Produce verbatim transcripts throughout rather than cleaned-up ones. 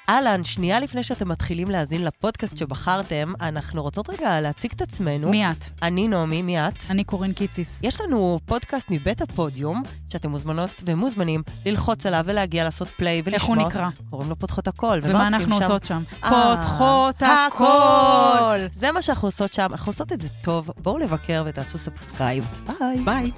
אלן, שנייה לפני שאתם מתחילים להאזין לפודקאסט שבחרתם, אנחנו רוצות רגע להציג את עצמנו. מי את? אני נעמי, מי את? אני קורין קיציס. יש לנו פודקאסט מבית הפודיום, שאתם מוזמנות ומוזמנים ללחוץ עליו ולהגיע לעשות פליי ולשמוע. איך הוא נקרא? קוראים לו פותחות הכל. ומה אנחנו עושות שם? פותחות הכל! זה מה שאנחנו עושות שם. אנחנו עושות את זה טוב. בואו לבקר ותעשו סאבסקרייב. ביי. ביי.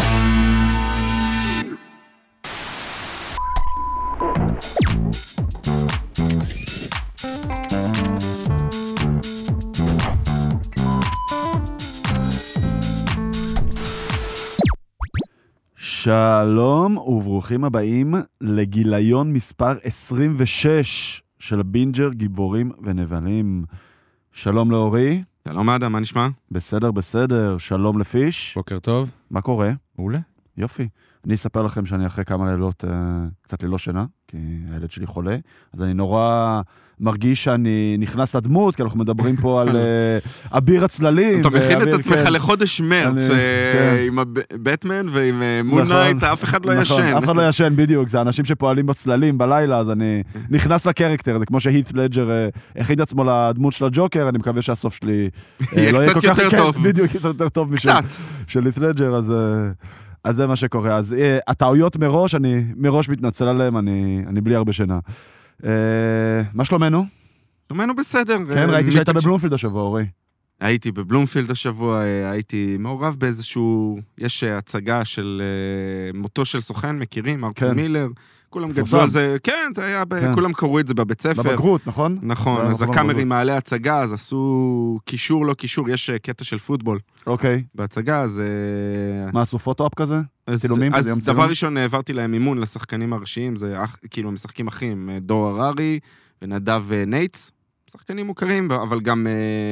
שלום וברוכים הבאים לגיליון מספר עשרים ושש של בינג'ר גיבורים ונבלים. שלום לאורי. שלום אדם, מה נשמע? בסדר, בסדר. שלום לפיש. בוקר טוב. מה קורה? מעולה. יופי. אני אספר לכם שאני אחרי כמה לילות, אה, קצת ללא שינה, כי הילד שלי חולה, אז אני נורא מרגיש שאני נכנס לדמות, כי אנחנו מדברים פה על אה, אביר הצללים. אתה מכין את עצמך כן. לחודש מרץ, אני, אה, כן. עם הבטמן ועם מונייט, אף אחד לא נכון, ישן. אף אחד לא ישן, בדיוק. זה אנשים שפועלים בצללים בלילה, אז אני נכנס לקרקטר, זה כמו שהית לג'ר אה, הכין עצמו לדמות של הג'וקר, אני מקווה שהסוף שלי אה, יהיה לא יהיה כל קצת כך... יותר כן, טוב. בדיוק, קצת יותר טוב משל קצת. של הית לג'ר, אז... אה, אז זה מה שקורה. אז אה, הטעויות מראש, אני מראש מתנצל עליהם, אני, אני בלי הרבה שינה. אה, מה שלומנו? שלומנו בסדר. כן, ראיתי שהיית בבלומפילד השבוע, אורי. הייתי בבלומפילד השבוע, הייתי מעורב באיזשהו, יש הצגה של מותו של סוכן, מכירים, ארתור מילר, כולם גדלו על זה, כן, זה היה, כולם קראו את זה בבית ספר. בבגרות, נכון? נכון, אז הקאמרים מעלה הצגה, אז עשו קישור, לא קישור, יש קטע של פוטבול. אוקיי. בהצגה, אז... מה, עשו פוטו-אפ כזה? צילומים? אז דבר ראשון, העברתי להם אימון לשחקנים הראשיים, זה כאילו משחקים אחים, דור הררי ונדב נייטס, שחקנים מוכרים, אבל גם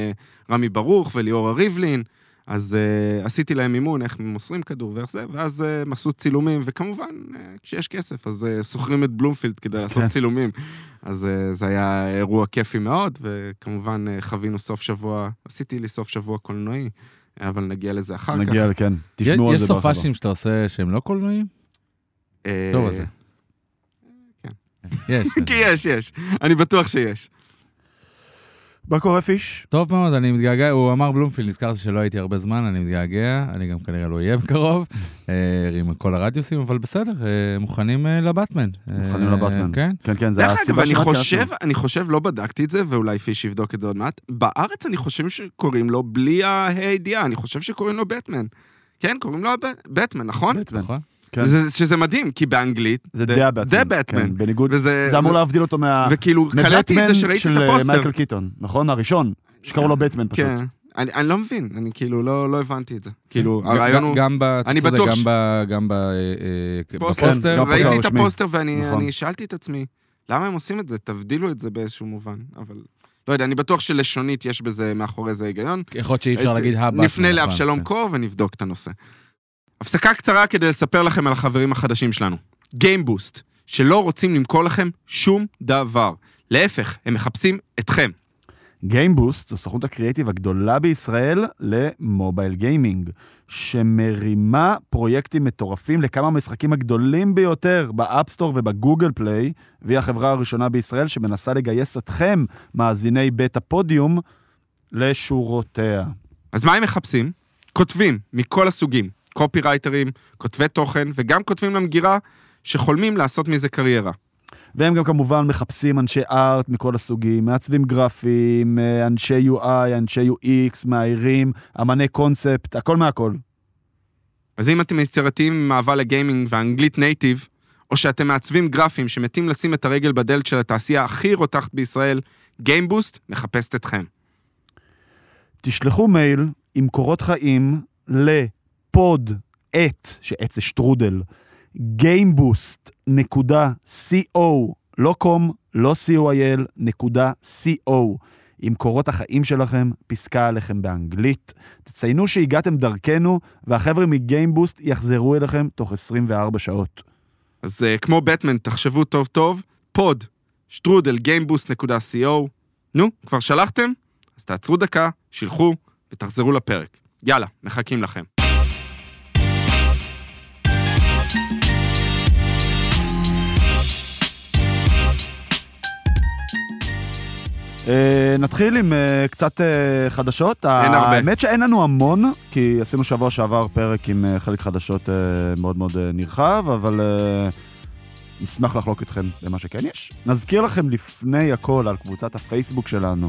רמי ברוך וליאור הריבלין, אז uh, עשיתי להם אימון, איך מוסרים כדור ואיך זה, ואז uh, עשו צילומים, וכמובן, uh, כשיש כסף, אז uh, סוחרים את בלומפילד כדי לעשות צילומים. אז uh, זה היה אירוע כיפי מאוד, וכמובן uh, חווינו סוף שבוע, עשיתי לי סוף שבוע קולנועי, אבל נגיע לזה אחר כך. נגיע, כן. תשמעו על זה. יש סופשים שאתה עושה שהם לא קולנועיים? טוב על זה. כן. יש. כי יש, יש. אני בטוח שיש. מה קורה פיש? טוב מאוד, אני מתגעגע, הוא אמר בלומפילד, נזכרתי שלא הייתי הרבה זמן, אני מתגעגע, אני גם כנראה לא אהיה בקרוב, עם כל הרדיוסים, אבל בסדר, מוכנים לבטמן. מוכנים לבטמן. כן? כן, כן, זה הסיבה שמעתי. אני חושב, אני חושב, לא בדקתי את זה, ואולי פיש יבדוק את זה עוד מעט, בארץ אני חושב שקוראים לו, בלי הידיעה, אני חושב שקוראים לו בטמן. כן, קוראים לו בטמן, נכון? בטמן. נכון. שזה מדהים, כי באנגלית זה דה בטמן, בניגוד, זה אמור להבדיל אותו מבטמן של מייקל קיטון, נכון? הראשון, שקראו לו בטמן פשוט. אני לא מבין, אני כאילו לא הבנתי את זה. כאילו, הרעיון הוא... גם בפוסטר. ראיתי את הפוסטר ואני שאלתי את עצמי, למה הם עושים את זה? תבדילו את זה באיזשהו מובן, אבל... לא יודע, אני בטוח שלשונית יש בזה מאחורי זה היגיון. יכול להיות שאי אפשר להגיד הבטמן. נפנה לאבשלום קור ונבדוק את הנושא. הפסקה קצרה כדי לספר לכם על החברים החדשים שלנו. גיימבוסט, שלא רוצים למכור לכם שום דבר. להפך, הם מחפשים אתכם. גיימבוסט זו סוכנות הקריאטיב הגדולה בישראל למובייל גיימינג, שמרימה פרויקטים מטורפים לכמה המשחקים הגדולים ביותר באפסטור ובגוגל פליי, והיא החברה הראשונה בישראל שמנסה לגייס אתכם, מאזיני בית הפודיום, לשורותיה. אז מה הם מחפשים? כותבים מכל הסוגים. קופירייטרים, כותבי תוכן, וגם כותבים למגירה שחולמים לעשות מזה קריירה. והם גם כמובן מחפשים אנשי ארט מכל הסוגים, מעצבים גרפיים, אנשי יו איי, אנשי יו אקס, מאיירים, אמני קונספט, הכל מהכל. אז אם אתם יצירתיים עם אהבה לגיימינג ואנגלית נייטיב, או שאתם מעצבים גרפיים שמתים לשים את הרגל בדלת של התעשייה הכי רותחת בישראל, גיימבוסט מחפשת אתכם. תשלחו מייל עם קורות חיים ל... פוד, את, שעץ זה שטרודל, גיימבוסט נקודה סי או, לא קום, לא סי או איי אל, נקודה סי או, עם קורות החיים שלכם, פסקה עליכם באנגלית, תציינו שהגעתם דרכנו, והחבר'ה מגיימבוסט יחזרו אליכם תוך עשרים וארבע שעות. אז uh, כמו בטמן, תחשבו טוב טוב, פוד, שטרודל, גיימבוסט נקודה סי או, נו, כבר שלחתם? אז תעצרו דקה, שילחו, ותחזרו לפרק. יאללה, מחכים לכם. נתחיל עם קצת חדשות. אין הרבה. האמת שאין לנו המון, כי עשינו שבוע שעבר פרק עם חלק חדשות מאוד מאוד נרחב, אבל נשמח לחלוק איתכם במה שכן יש. נזכיר לכם לפני הכל על קבוצת הפייסבוק שלנו,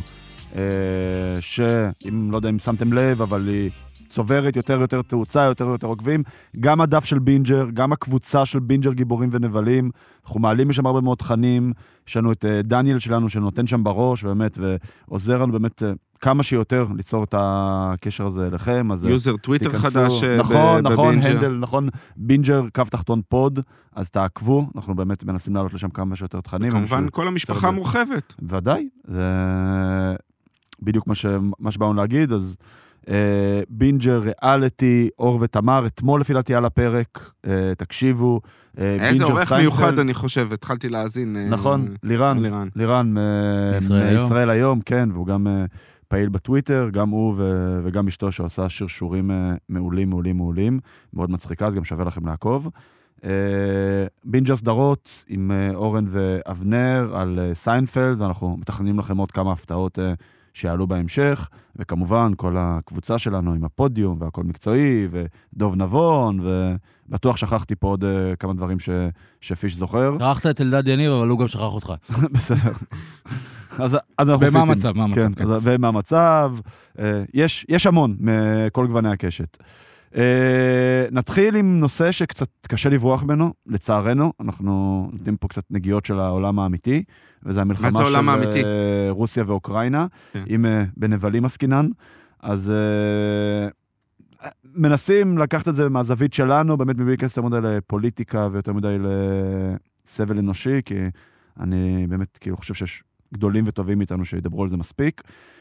שאם לא יודע אם שמתם לב, אבל היא צוברת יותר יותר תאוצה, יותר יותר עוקבים. גם הדף של בינג'ר, גם הקבוצה של בינג'ר גיבורים ונבלים. אנחנו מעלים משם הרבה מאוד תכנים. יש לנו את דניאל שלנו שנותן שם בראש, באמת, ועוזר לנו באמת כמה שיותר ליצור את הקשר הזה אליכם. יוזר טוויטר חדש בבינג'ר. נכון, נכון, הנדל, נכון, בינג'ר, קו תחתון פוד, אז תעקבו, אנחנו באמת מנסים לעלות לשם כמה שיותר תכנים. כמובן, כל המשפחה מורחבת. ודאי, זה בדיוק מה שבאנו להגיד, אז בינג'ר, ריאליטי, אור ותמר, אתמול לפי דעתי על הפרק, תקשיבו. איזה עורך מיוחד אני חושב, התחלתי להאזין. נכון, לירן, לירן מישראל היום, כן, והוא גם פעיל בטוויטר, גם הוא וגם אשתו שעושה שרשורים מעולים, מעולים, מעולים, מאוד מצחיקה, אז גם שווה לכם לעקוב. בינג'ר סדרות עם אורן ואבנר על סיינפלד, ואנחנו מתכננים לכם עוד כמה הפתעות שיעלו בהמשך, וכמובן כל הקבוצה שלנו עם הפודיום והכל מקצועי, ודוב נבון, ובטוח שכחתי פה עוד כמה דברים ש... שפיש זוכר. שכחת את אלדד יניב, אבל הוא גם שכח אותך. בסדר. אז, אז אנחנו ומה המצב, מה המצב, כן. כן. אז, ומה המצב, יש, יש המון מכל גווני הקשת. נתחיל עם נושא שקצת קשה לברוח ממנו, לצערנו, אנחנו נותנים פה קצת נגיעות של העולם האמיתי, וזה המלחמה של האמיתי? רוסיה ואוקראינה, כן. עם בנבלים עסקינן, אז מנסים לקחת את זה מהזווית שלנו, באמת מבלי להיכנס יותר מדי לפוליטיקה ויותר מדי לסבל אנושי, כי אני באמת כאילו חושב שיש גדולים וטובים איתנו שידברו על זה מספיק.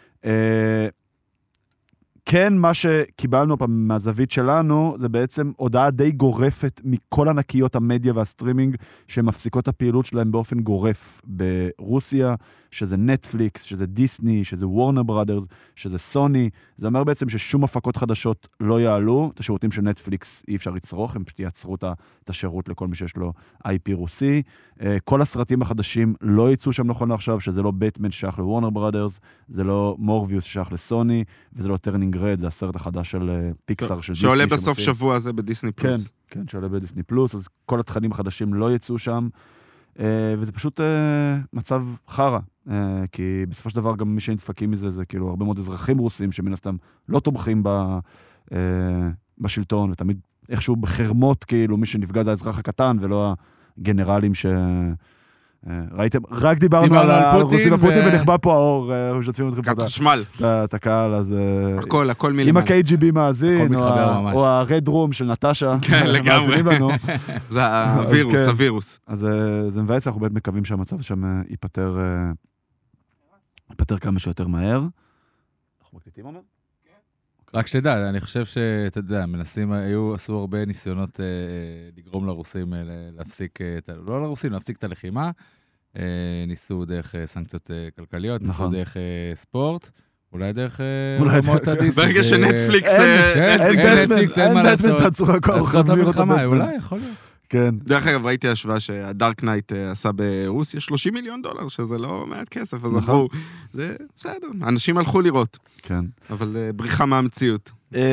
כן, מה שקיבלנו פעם מהזווית שלנו, זה בעצם הודעה די גורפת מכל ענקיות המדיה והסטרימינג, שמפסיקות הפעילות שלהם באופן גורף ברוסיה, שזה נטפליקס, שזה דיסני, שזה וורנר בראדרס, שזה סוני. זה אומר בעצם ששום הפקות חדשות לא יעלו, את השירותים של נטפליקס אי אפשר לצרוך, הם פשוט יעצרו את השירות לכל מי שיש לו איי פי רוסי. כל הסרטים החדשים לא יצאו שם נכון עכשיו, שזה לא בטמן ששייך לוורנר בראדרס, זה לא מורביוס ששייך לסוני, וזה לא טרנינג רד, זה הסרט החדש של פיקסאר, של דיסני. שעולה בסוף שבוע הזה בדיסני פלוס. כן, כן, שעולה בדיסני פלוס, אז כל התכנים החדשים לא יצאו שם, וזה פשוט מצב חרה, כי בסופו של דבר גם מי שנדפקים מזה, זה כאילו הרבה מאוד אזרחים רוסים, שמן הסתם לא תומכים בשלטון, ותמיד איכשהו בחרמות, כאילו מי שנפגע זה האזרח הקטן, ולא הגנרלים ש... ראיתם, רק דיברנו על רוסים ופוטין, ונחבא פה האור, שותפים אתכם קט חשמל. את הקהל, אז... הכל, הכל מלמעלה. אם ה-קיי ג'י בי מאזין, או ה-רד רום של נטשה, כן, לגמרי. זה הווירוס, הווירוס. אז זה מבאס, אנחנו באמת מקווים שהמצב שם ייפטר, ייפטר כמה שיותר מהר. אנחנו מקליטים, אומר? רק שתדע, אני חושב שאתה יודע, מנסים, היו, עשו הרבה ניסיונות אה, לגרום לרוסים אה, להפסיק, אה, לא לרוסים, להפסיק את הלחימה, אה, ניסו דרך אה, סנקציות אה, כלכליות, נכון. ניסו דרך אה, ספורט, אולי דרך אה, רמות הדיסק. ברגע שנטפליקס... אין נטפליקס, אין נטפליקס, תעצור הכל, תעצור המלחמה, אולי, יכול להיות. כן. דרך אגב, ראיתי השוואה שהדארק נייט עשה ברוסיה שלושים מיליון דולר, שזה לא מעט כסף, אז אנחנו, זה בסדר, אנשים הלכו לראות. כן. אבל בריחה מהמציאות.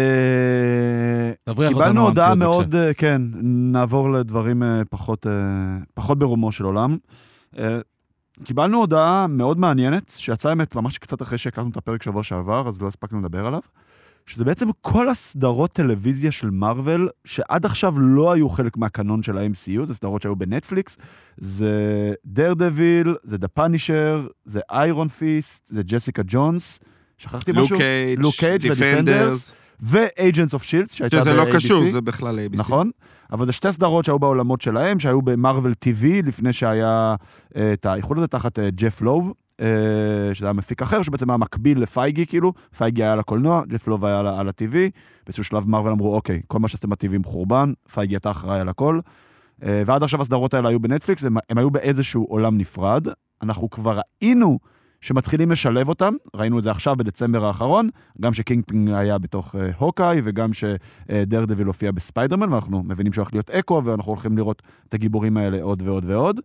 קיבלנו הודעה מאוד, כן, נעבור לדברים פחות ברומו של עולם. קיבלנו הודעה מאוד מעניינת, שיצאה אמת ממש קצת אחרי שהקלטנו את הפרק שבוע שעבר, אז לא הספקנו לדבר עליו. שזה בעצם כל הסדרות טלוויזיה של מרוול, שעד עכשיו לא היו חלק מהקנון של ה-אם סי יו, זה סדרות שהיו בנטפליקס, זה דרדביל, זה דה פאנישר, זה איירון פיסט, זה ג'סיקה ג'ונס, שכחתי משהו? לוק קייג', דיפנדרס, ו-Agents of Shields, שהייתה ב-איי בי סי. שזה לא קשור, זה בכלל איי בי סי. נכון, אבל זה שתי סדרות שהיו בעולמות שלהם, שהיו במרוול טי וי, לפני שהיה את האיחוד הזה תחת ג'ף לוב, שזה היה מפיק אחר, שבעצם היה מקביל לפייגי, כאילו, פייגי היה לקולנוע, ג'ף לוב היה על ה-טי וי, באיזשהו שלב מרוול אמרו, אוקיי, כל מה שעשיתם ב-טי וי עם חורבן, פייגי אתה אחראי על הכל, ועד עכשיו הסדרות האלה היו בנטפליקס, הם, הם היו באיזשהו עולם נפרד, אנחנו כבר ראינו שמתחילים לשלב אותם, ראינו את זה עכשיו בדצמבר האחרון, גם שקינג פינג היה בתוך הוקאי, וגם שדרדביל הופיע בספיידרמן, ואנחנו מבינים שהוא הולך להיות אקו, ואנחנו הולכים לראות את הגיבורים האלה עוד ועוד ועוד,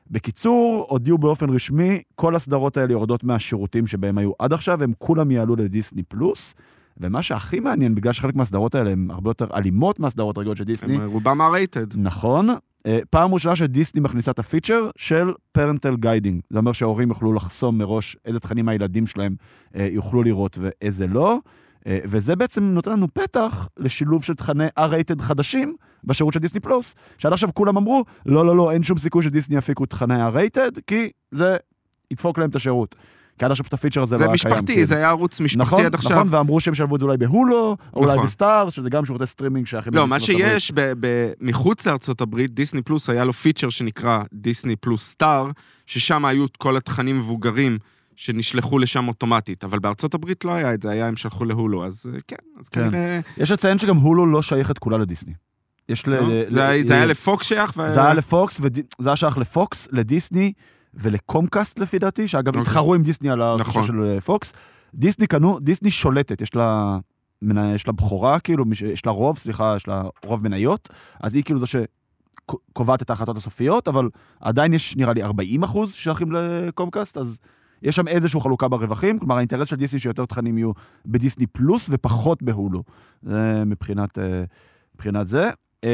בקיצור, הודיעו באופן רשמי, כל הסדרות האלה יורדות מהשירותים שבהם היו עד עכשיו, הם כולם יעלו לדיסני פלוס, ומה שהכי מעניין, בגלל שחלק מהסדרות האלה הן הרבה יותר אלימות מהסדרות רגילות של דיסני. הם רובם הרייטד. נכון. פעם ראשונה שדיסני מכניסה את הפיצ'ר של parental guiding. זה אומר שההורים יוכלו לחסום מראש איזה תכנים הילדים שלהם יוכלו לראות ואיזה לא. וזה בעצם נותן לנו פתח לשילוב של תכני R-rated חדשים בשירות של דיסני פלוס. שעד עכשיו כולם אמרו, לא, לא, לא, אין שום סיכוי שדיסני יפיקו תכני R-rated, כי זה ידפוק להם את השירות. כי עד עכשיו את הפיצ'ר הזה לא היה קיים. זה משפחתי, זה היה ערוץ משפחתי עד עכשיו. נכון, ואמרו שהם שלבו את זה אולי בהולו, או אולי בסטאר, שזה גם שירותי סטרימינג שייכים לא, מה שיש מחוץ לארצות הברית, דיסני פלוס היה לו פיצ'ר שנקרא דיסני פלוס סטאר, ששם היו כל התכנים מבוגרים שנשלחו לשם אוטומטית, אבל בארצות הברית לא היה את זה, היה הם שלחו להולו, אז כן, אז כנראה... יש לציין שגם הולו לא שייכת כולה לדיסני. זה היה לפוקס שייך? זה היה לפוקס, וזה היה שייך לפוקס, לדיסני, ולקומקאסט לפי דעתי, שאגב התחרו עם דיסני על הרכישה של פוקס. דיסני קנו, דיסני שולטת, יש לה, יש לה בחורה, כאילו, יש לה רוב, סליחה, יש לה רוב מניות, אז היא כאילו זו שקובעת את ההחלטות הסופיות, אבל עדיין יש נראה לי ארבעים אחוז שייכים לקומקאסט, אז יש שם איזושהי חלוקה ברווחים, כלומר האינטרס של דיסני שיותר תכנים יהיו בדיסני פלוס ופחות בהולו. זה מבחינת, מבחינת זה.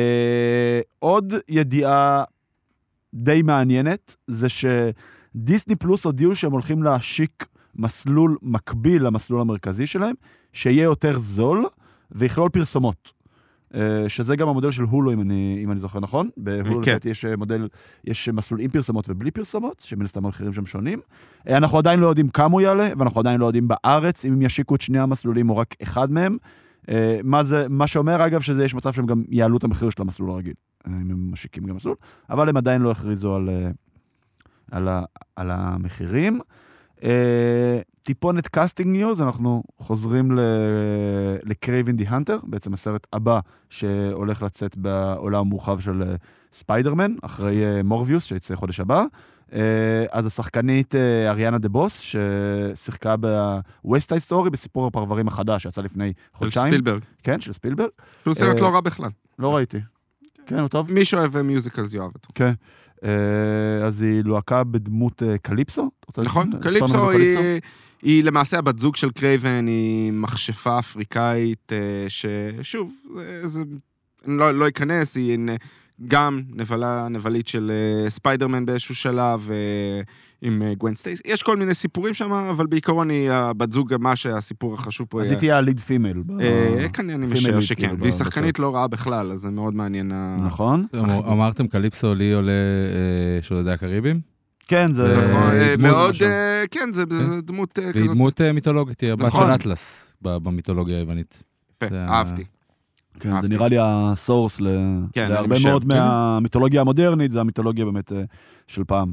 עוד ידיעה די מעניינת, זה שדיסני פלוס הודיעו שהם הולכים להשיק מסלול מקביל למסלול המרכזי שלהם, שיהיה יותר זול, ויכלול פרסומות. שזה גם המודל של הולו, אם אני, אם אני זוכר נכון. בהולו כן. יש מודל, יש מסלול עם פרסומות ובלי פרסומות, שמן הסתם המחירים שם שונים. אנחנו עדיין לא יודעים כמה הוא יעלה, ואנחנו עדיין לא יודעים בארץ, אם הם ישיקו את שני המסלולים או רק אחד מהם. מה זה, מה שאומר אגב, שזה יש מצב שהם גם יעלו את המחיר של המסלול הרגיל. אם הם משיקים גם מסלול, אבל הם עדיין לא הכריזו על, על, על המחירים. טיפונת קאסטינג ניוז, אנחנו חוזרים ל-Kraven the Hunter, בעצם הסרט הבא שהולך לצאת בעולם המורחב של ספיידרמן, אחרי מורביוס, שיצא חודש הבא. אז השחקנית אריאנה דה בוס, ששיחקה ב-West Side Story, בסיפור הפרברים החדש, שיצא לפני חודשיים. של ספילברג. כן, של ספילברג. שהוא סרט לא רע בכלל. לא ראיתי. כן, הוא טוב. מי שאוהב מיוזיקלס יאהב אותו. כן. אז היא לוהקה בדמות קליפסו? נכון, קליפסו היא למעשה הבת זוג של קרייבן, היא מכשפה אפריקאית, ששוב, אני לא אכנס, היא גם נבלה, נבלית של ספיידרמן באיזשהו שלב, עם גווין סטייסי. יש כל מיני סיפורים שם, אבל בעיקרון היא הבת זוג, מה שהסיפור החשוב פה... אז היא תהיה הליד פימל. כאן אני משער שכן, והיא שחקנית לא רעה בכלל, אז זה מאוד מעניין. נכון. אמרתם קליפסו לי עולה שודדי הקריבים? כן, זה... מאוד, כן, זה דמות כזאת. והיא דמות מיתולוגית, היא הבת של אטלס במיתולוגיה היוונית. אהבתי. כן, זה נראה לי הסורס להרבה מאוד מהמיתולוגיה המודרנית, זה המיתולוגיה באמת של פעם.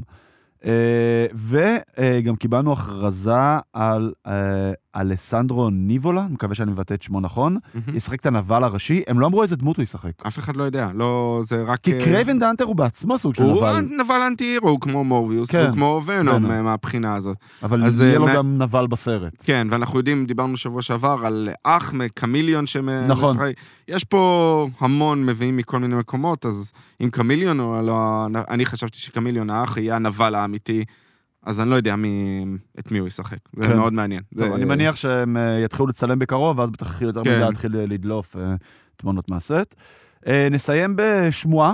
וגם קיבלנו הכרזה על אלסנדרו ניבולה, אני מקווה שאני מבטא את שמו נכון, ישחק את הנבל הראשי, הם לא אמרו איזה דמות הוא ישחק. אף אחד לא יודע, לא, זה רק... כי קרייבן דה הנטר הוא בעצמו סוג של נבל. הוא נבל אנטי-הירו, הוא כמו מורביוס, הוא כמו ונום מהבחינה הזאת. אבל יהיה לו גם נבל בסרט. כן, ואנחנו יודעים, דיברנו שבוע שעבר על אח מקמיליון שמשחק. יש פה המון מביאים מכל מיני מקומות, אז אם קמיליון או לא... אני חשבתי שקמיליון האח יהיה הנבל האמיתי, אז אני לא יודע מי, את מי הוא ישחק. זה כן. מאוד מעניין. טוב, זה... אני מניח שהם יתחילו לצלם בקרוב, ואז בטח יותר כן. מידה יתחיל לדלוף תמונות מהסט. נסיים בשמועה,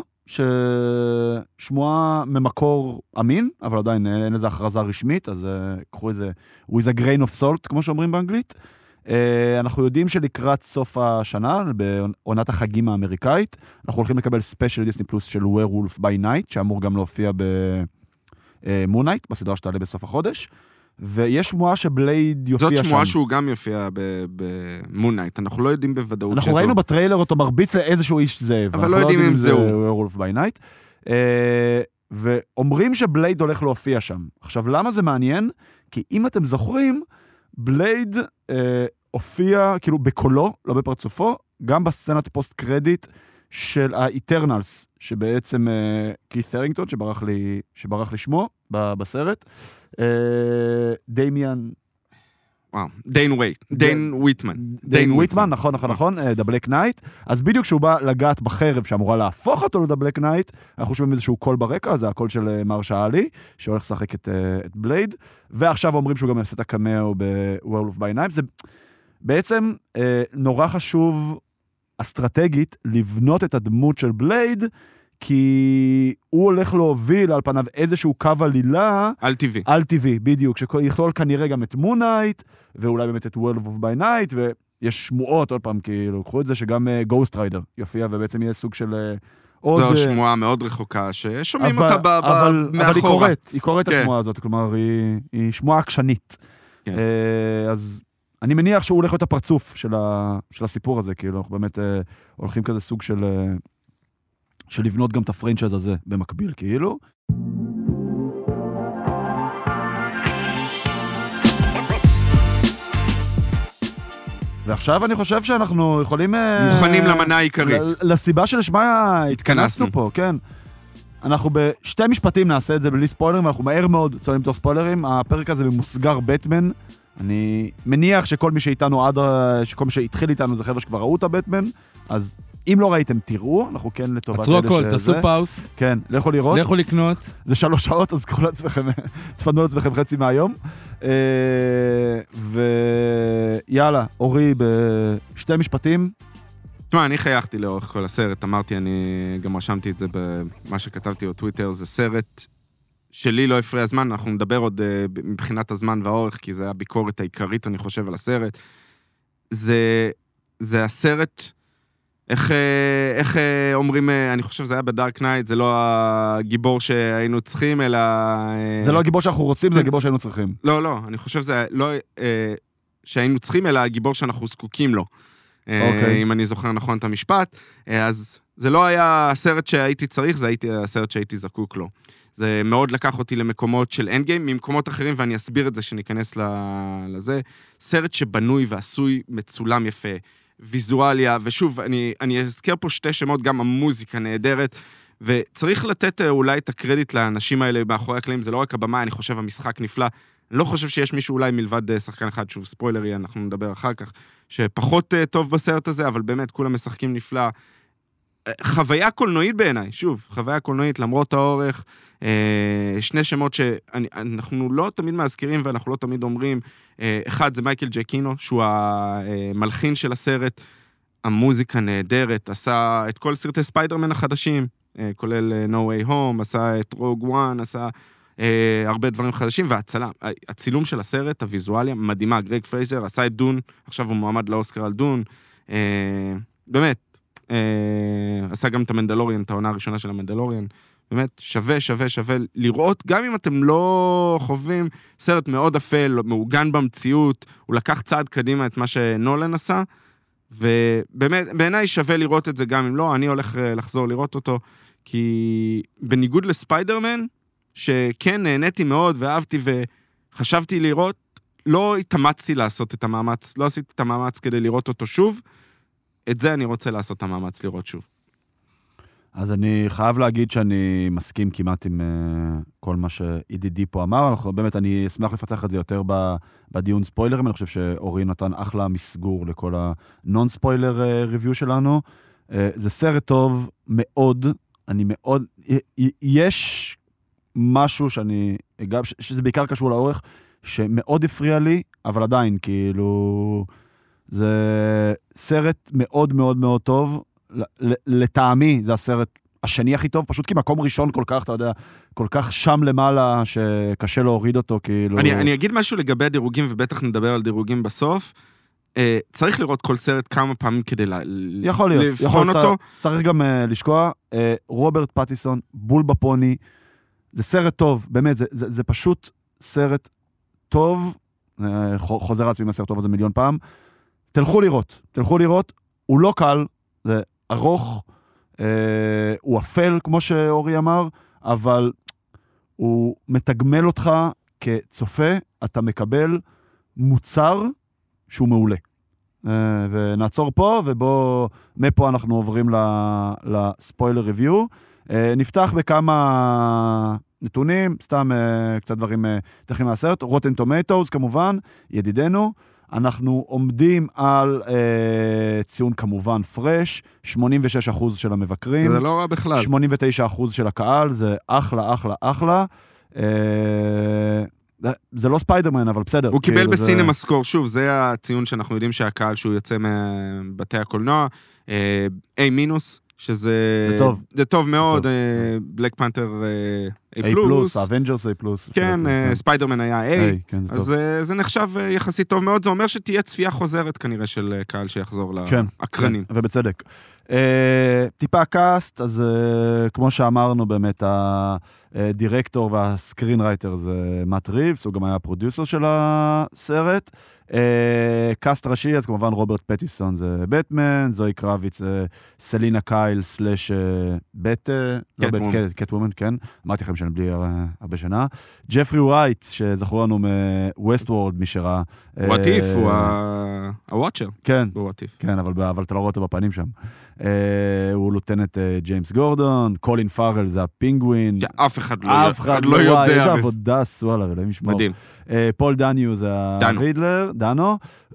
ששמועה ממקור אמין, אבל עדיין אין איזו הכרזה רשמית, אז קחו את זה with a grain of salt, כמו שאומרים באנגלית. אנחנו יודעים שלקראת סוף השנה, בעונת החגים האמריקאית, אנחנו הולכים לקבל ספיישל דיסני פלוס של Werewolf by Night, שאמור גם להופיע ב... מונייט, בסדרה שתעלה בסוף החודש, ויש שמועה שבלייד יופיע שם. זאת שמועה שהוא גם יופיע במונייט, אנחנו לא יודעים בוודאות שזו. אנחנו ראינו בטריילר אותו מרביץ לאיזשהו איש זאב. אבל לא יודעים אם זהו. Werewolf by Night. ואומרים שבלייד הולך להופיע שם. עכשיו, למה זה מעניין? כי אם אתם זוכרים, בלייד הופיע כאילו בקולו, לא בפרצופו, גם בסצנת פוסט קרדיט של האיטרנלס, שבעצם קית' הרינגטון, שברח לי, שברח לי שמו בסרט, דמיאן, וואו, דיין ווייט, דיין וויטמן. דיין וויטמן, נכון, נכון, נכון, The Black Knight. אז בדיוק כשהוא בא לגעת בחרב שאמורה להפוך אותו ל-The Black Knight, אנחנו שומעים איזשהו קול ברקע, זה הקול של מרשה עלי, שהולך לשחק את בלייד, ועכשיו אומרים שהוא גם יעשה את הקמאו ב-Werewolf by Night. זה בעצם נורא חשוב אסטרטגית לבנות את הדמות של בלייד, כי הוא הולך להוביל על פניו איזשהו קו עלילה... על טבעי. על טבעי, בדיוק, שיכלול כנראה גם את מונייט, ואולי באמת את Werewolf by Night, ויש שמועות, עוד פעם, כאילו, קחו את זה שגם Ghost Rider יופיע, ובעצם יהיה סוג של עוד... זו שמועה מאוד רחוקה, ששומעים אותה מאחורה. אבל היא קוראת, היא קוראת את השמועה הזאת, כלומר, היא שמועה עקשנית. אז אני מניח שהוא הולך להיות הפרצוף של הסיפור הזה, כאילו, אנחנו באמת הולכים כזה סוג של... של לבנות גם את הפרנצ'ייז הזה במקביל, כאילו. ועכשיו אני חושב שאנחנו יכולים... מוכנים למנה העיקרית. לסיבה שלשמה התכנסנו פה, כן. אנחנו בשתי משפטים נעשה את זה בלי ספוילרים, ואנחנו מהר מאוד צוללים לתוך ספוילרים. הפרק הזה במוסגר בטמן. אני מניח שכל מי שאיתנו עד... שכל מי שהתחיל איתנו זה חבר'ה שכבר ראו את הבטמן, אז... אם לא ראיתם, תראו, אנחנו כן לטובת... עצרו הכל, תעשו פאוס. כן, לכו לראות. לכו לקנות. זה שלוש שעות, אז קחו לעצמכם, תפנו לעצמכם חצי מהיום. ויאללה, אורי, בשתי משפטים. תשמע, אני חייכתי לאורך כל הסרט, אמרתי, אני גם רשמתי את זה במה שכתבתי בטוויטר, זה סרט שלי לא הפריע הזמן, אנחנו נדבר עוד מבחינת הזמן והאורך, כי זה הביקורת העיקרית, אני חושב, על הסרט. זה, זה הסרט... איך, איך אומרים, אני חושב שזה היה בדארק נייט, זה לא הגיבור שהיינו צריכים, אלא... זה לא הגיבור שאנחנו רוצים, זה הגיבור שהיינו צריכים. לא, לא, אני חושב שזה לא שהיינו צריכים, אלא הגיבור שאנחנו זקוקים לו. אוקיי. אם אני זוכר נכון את המשפט. אז זה לא היה הסרט שהייתי צריך, זה הייתי הסרט שהייתי זקוק לו. זה מאוד לקח אותי למקומות של אנד גיים, ממקומות אחרים, ואני אסביר את זה שניכנס לזה. סרט שבנוי ועשוי מצולם יפה. ויזואליה, ושוב, אני, אני אזכר פה שתי שמות, גם המוזיקה נהדרת, וצריך לתת אולי את הקרדיט לאנשים האלה מאחורי הקלעים, זה לא רק הבמה, אני חושב המשחק נפלא, אני לא חושב שיש מישהו אולי מלבד שחקן אחד, שוב ספוילרי, אנחנו נדבר אחר כך, שפחות טוב בסרט הזה, אבל באמת כולם משחקים נפלא, חוויה קולנועית בעיניי, שוב, חוויה קולנועית למרות האורך, שני שמות שאנחנו לא תמיד מזכירים ואנחנו לא תמיד אומרים, אחד זה מייקל ג'קינו, שהוא המלחין של הסרט, המוזיקה נהדרת, עשה את כל סרטי ספיידרמן החדשים, כולל No Way Home, עשה את Rogue One, עשה הרבה דברים חדשים, והצילום של הסרט, הוויזואליה, מדהימה, גרג פרייזר, עשה את דון, עכשיו הוא מועמד לאוסקר על דון, באמת, עשה גם את המנדלוריאן, את העונה הראשונה של המנדלוריאן, באמת שווה, שווה, שווה לראות, גם אם אתם לא חווים, סרט מאוד אפל, מעוגן במציאות, הוא לקח צעד קדימה את מה שנולן עשה, ובאמת, בעיניי שווה לראות את זה גם אם לא, אני הולך לחזור לראות אותו, כי בניגוד לספיידרמן, שכן נהניתי מאוד ואהבתי וחשבתי לראות, לא התאמצתי לעשות את המאמץ, לא עשיתי את המאמץ כדי לראות אותו שוב, את זה אני רוצה לעשות את המאמץ לראות שוב. אז אני חייב להגיד שאני מסכים כמעט עם uh, כל מה שידידי פה אמר, אנחנו, באמת אני אשמח לפתח את זה יותר בדיון ספוילרים, אני חושב שאורי נתן אחלה מסגור לכל הנון ספוילר ריוויו שלנו. Uh, זה סרט טוב מאוד, אני מאוד, יש משהו שאני, שזה בעיקר קשור לאורך, שמאוד הפריע לי, אבל עדיין, כאילו, זה סרט מאוד מאוד מאוד טוב, לטעמי זה הסרט השני הכי טוב, פשוט כי מקום ראשון כל כך, אתה יודע, כל כך שם למעלה שקשה להוריד אותו, כאילו... אני, אני אגיד משהו לגבי הדירוגים, ובטח נדבר על דירוגים בסוף. אה, צריך לראות כל סרט כמה פעמים כדי ל... יכול להיות, לבחון יכול, אותו. צריך, צריך גם uh, לשקוע. Uh, רוברט פטיסון, בול בפוני, זה סרט טוב, באמת, זה, זה, זה פשוט סרט טוב, uh, חוזר עצמי מהסרט טוב הזה מיליון פעם. תלכו לראות, תלכו לראות, הוא לא קל, זה ארוך, אה, הוא אפל, כמו שאורי אמר, אבל הוא מתגמל אותך כצופה, אתה מקבל מוצר שהוא מעולה. אה, ונעצור פה, ובוא, מפה אנחנו עוברים לספוילר ריוויו. אה, נפתח בכמה נתונים, סתם uh, קצת דברים uh, טכניים מהסרט, Rotten Tomatoes כמובן, ידידנו, אנחנו עומדים על uh, ציון כמובן פרש, שמונים ושש אחוז של המבקרים. זה לא רע בכלל. שמונים ותשעה אחוז של הקהל, זה אחלה, אחלה, אחלה. Uh, זה לא ספיידרמן, אבל בסדר. הוא קיבל כאילו בסינמה סקור, שוב, זה הציון שאנחנו יודעים שהקהל שהוא יוצא מבתי הקולנוע, uh, A מינוס, שזה... זה טוב. זה טוב מאוד, בלק פנתר A פלוס. האבנג'רס A פלוס. כן, ספיידרמן היה A. כן, זה אז טוב. זה נחשב יחסית טוב מאוד, זה אומר שתהיה צפייה חוזרת כנראה של קהל שיחזור לאקרנים. כן, ובצדק. טיפה הקאסט, אז כמו שאמרנו באמת, הדירקטור והסקרין רייטר זה מאט ריבס, הוא גם היה הפרודיוסר של הסרט. קאסט ראשי, אז כמובן רוברט פטיסון זה בטמן, זוהי קרביץ זה סלינה קייל סלש בט, לא בט, קט וומן, כן, אמרתי לכם שאני בלי הרבה שנה. ג'פרי ווייט, שזכרו לנו מווסט וורד, מי שראה. וואטיף, הוא הוואצ'ר. כן, בוואטיף. כן, אבל אתה לא רואה אותו בפנים שם. הוא לוטנט ג'יימס גורדון, קולין פארל זה הפינגווין. אף אחד לא יודע. איזה עבודה עשו עליו, אלוהים ישמור. מדהים. פול דניו זה הרידלר, דנו,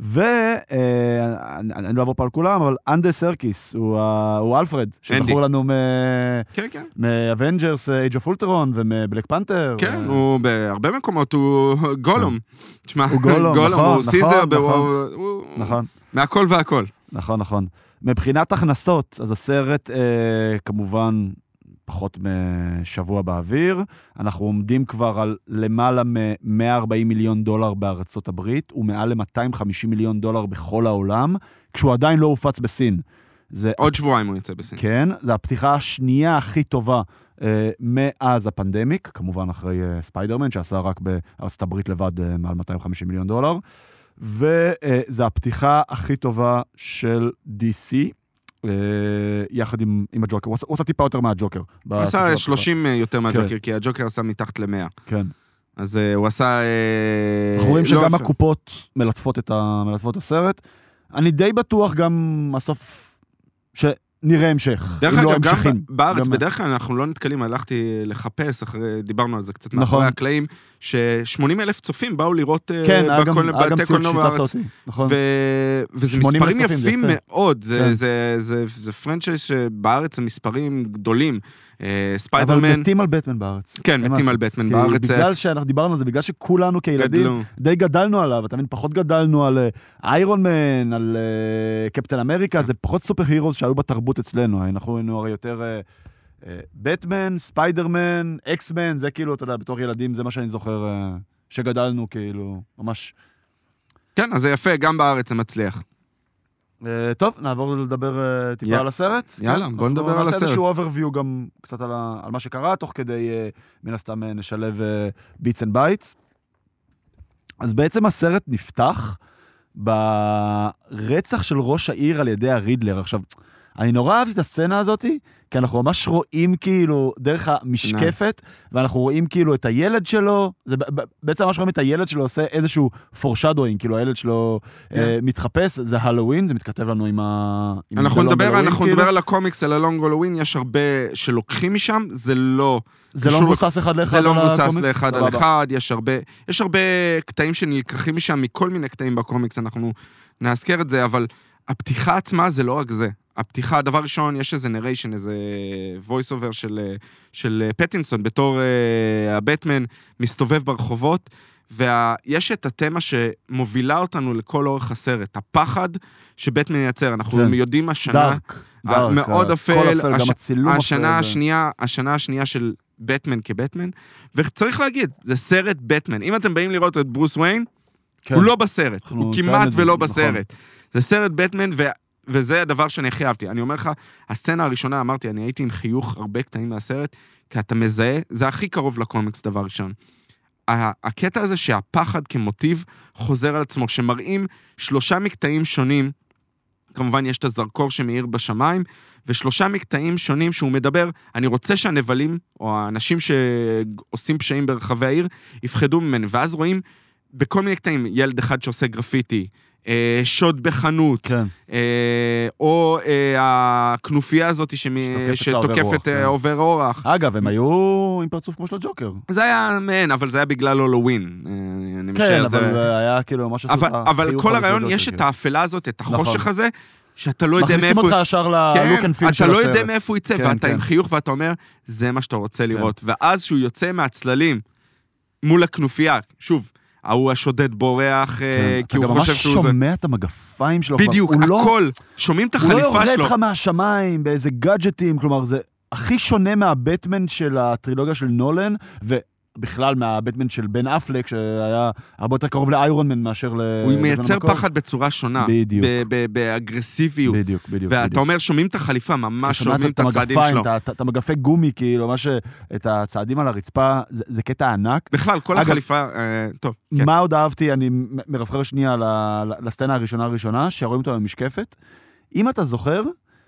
ואני לא אעבור פה על כולם, אבל אנדה סרקיס הוא אלפרד, שזכור לנו מאבנג'רס, אייג' אוף אולטרון ומבלק פנתר. כן, הוא בהרבה מקומות, הוא גולום. הוא גולום, נכון, הוא סיזר, נכון. מהכל והכל. נכון, נכון. מבחינת הכנסות, אז הסרט כמובן פחות משבוע באוויר, אנחנו עומדים כבר על למעלה מ-מאה וארבעים מיליון דולר בארצות הברית, ומעל ל-מאתיים וחמישים מיליון דולר בכל העולם, כשהוא עדיין לא הופץ בסין. זה... עוד שבועיים הוא יצא בסין. כן, זה הפתיחה השנייה הכי טובה אה, מאז הפנדמיק, כמובן אחרי אה, ספיידרמן, שעשה רק בארצות הברית לבד אה, מעל מאתיים וחמישים מיליון דולר, וזה אה, הפתיחה הכי טובה של די סי, יחד עם, עם הג'וקר. הוא עושה טיפה יותר מהג'וקר. הוא עשה שלושים יותר מהג'וקר, כן. כי הג'וקר עשה מתחת ל-מאה. כן. אז uh, הוא עשה... אנחנו רואים שגם לא הקופות מלטפות את, ה, מלטפות את הסרט. אני די בטוח גם בסוף שנראה המשך. דרך אגב, גם המשכים. בארץ, גם... בדרך כלל אנחנו לא נתקלים, הלכתי לחפש, אחרי, דיברנו על זה קצת נכון. מאחורי הקלעים, ש-שמונים אלף צופים באו לראות כן, בכל, היה גם ציון שיתפת אותי. נכון. ו... וזה מספרים יפים מאוד, זה, כן. זה, זה, זה, זה פרנצ'ייז שבארץ זה מספרים גדולים. ספיידרמן... אבל מתים על בטמן בארץ. כן, מתים על בטמן בארץ. בגלל שאנחנו דיברנו על זה, בגלל שכולנו כילדים די גדלנו עליו, אתה מבין, פחות גדלנו על איירון מן, על קפטן אמריקה, זה פחות סופר הירוס שהיו בתרבות אצלנו, אנחנו היינו הרי יותר בטמן, ספיידרמן, אקסמן, זה כאילו, אתה יודע, בתור ילדים, זה מה שאני זוכר שגדלנו כאילו, ממש... כן, אז זה יפה, גם בארץ זה מצליח. טוב, נעבור לדבר טיפה על הסרט. יאללה, בוא נדבר על הסרט. נעשה איזשהו overview גם קצת על מה שקרה, תוך כדי מן הסתם נשלב ביטס אנד בייטס. אז בעצם הסרט נפתח ברצח של ראש העיר על ידי הרידלר. עכשיו, אני נורא אהבתי את הסצנה הזאת, כי אנחנו ממש רואים כאילו דרך המשקפת, ואנחנו רואים כאילו את הילד שלו, זה בעצם ממש רואים את הילד שלו עושה איזשהו foreshadowing, כאילו הילד שלו מתחפש, זה הלואוין, זה מתכתב לנו עם ה... אנחנו נדבר על הקומיקס, על הלונג הלואוין, יש הרבה שלוקחים משם, זה לא... זה לא מבוסס אחד לאחד על הקומיקס? זה לא מבוסס לאחד על אחד, יש הרבה קטעים שנלקחים משם, מכל מיני קטעים בקומיקס, אנחנו נזכר את זה, אבל הפתיחה עצמה זה לא רק זה. הפתיחה, הדבר ראשון, יש איזה נריישן, איזה voice over של, של פטינסון, בתור uh, הבטמן מסתובב ברחובות, ויש את התמה שמובילה אותנו לכל אורך הסרט, הפחד שבטמן ייצר. אנחנו כן. יודעים השנה, דארק, דארק, מאוד אפל, אפל הש... השנה השנייה, השנה השנייה של בטמן כבטמן, וצריך להגיד, זה סרט בטמן. אם אתם באים לראות את ברוס וויין, כן. הוא לא בסרט, הוא כמעט ולא בסרט. נכון. זה סרט בטמן, ו... וזה הדבר שאני הכי אהבתי. אני אומר לך, הסצנה הראשונה, אמרתי, אני הייתי עם חיוך הרבה קטעים מהסרט, כי אתה מזהה, זה הכי קרוב לקומיקס, דבר ראשון. הקטע הזה שהפחד כמוטיב חוזר על עצמו, שמראים שלושה מקטעים שונים, כמובן יש את הזרקור שמאיר בשמיים, ושלושה מקטעים שונים שהוא מדבר, אני רוצה שהנבלים, או האנשים שעושים פשעים ברחבי העיר, יפחדו ממני, ואז רואים בכל מיני קטעים, ילד אחד שעושה גרפיטי, אה, שוד בחנות, כן. אה, או אה, הכנופיה הזאת שמי, שתוקפת עובר אורח. אגב, הם היו עם פרצוף כמו של הג'וקר. זה היה מעין, אבל זה היה בגלל הולווין. כן, אבל זה היה כאילו ממש... אבל כל הרעיון, יש את האפלה הזאת, את החושך הזה, שאתה לא יודע מאיפה... מכניסים אותך ישר ללוק אנד פיל של הסרט. הסרט. אתה לא יודע מאיפה הוא יצא, ואתה עם חיוך ואתה אומר, זה מה שאתה רוצה לראות. ואז שהוא יוצא מהצללים מול הכנופיה, שוב, הוא השודד בורח, כי הוא חושב שהוא זה... אתה ממש שומע את המגפיים שלו. בדיוק, הכל. שומעים את החליפה שלו. הוא לא יורד לך מהשמיים באיזה גאדג'טים, כלומר, זה הכי שונה מהבטמן של הטרילוגיה של נולן, ו... בכלל מהבטמן של בן אפלק, שהיה הרבה יותר קרוב לאיירון מן מאשר ל... הוא מייצר פחד בצורה שונה. בדיוק. באגרסיביות. בדיוק, בדיוק. ואתה אומר, שומעים את החליפה, ממש שומעים את הצעדים שלו. אתה מגפי גומי, כאילו, ממש את הצעדים על הרצפה, זה קטע ענק. בכלל, כל החליפה, טוב. מה עוד אהבתי, אני מרפחר שנייה לסצנה הראשונה הראשונה, שרואים אותו במשקפת. אם אתה זוכר,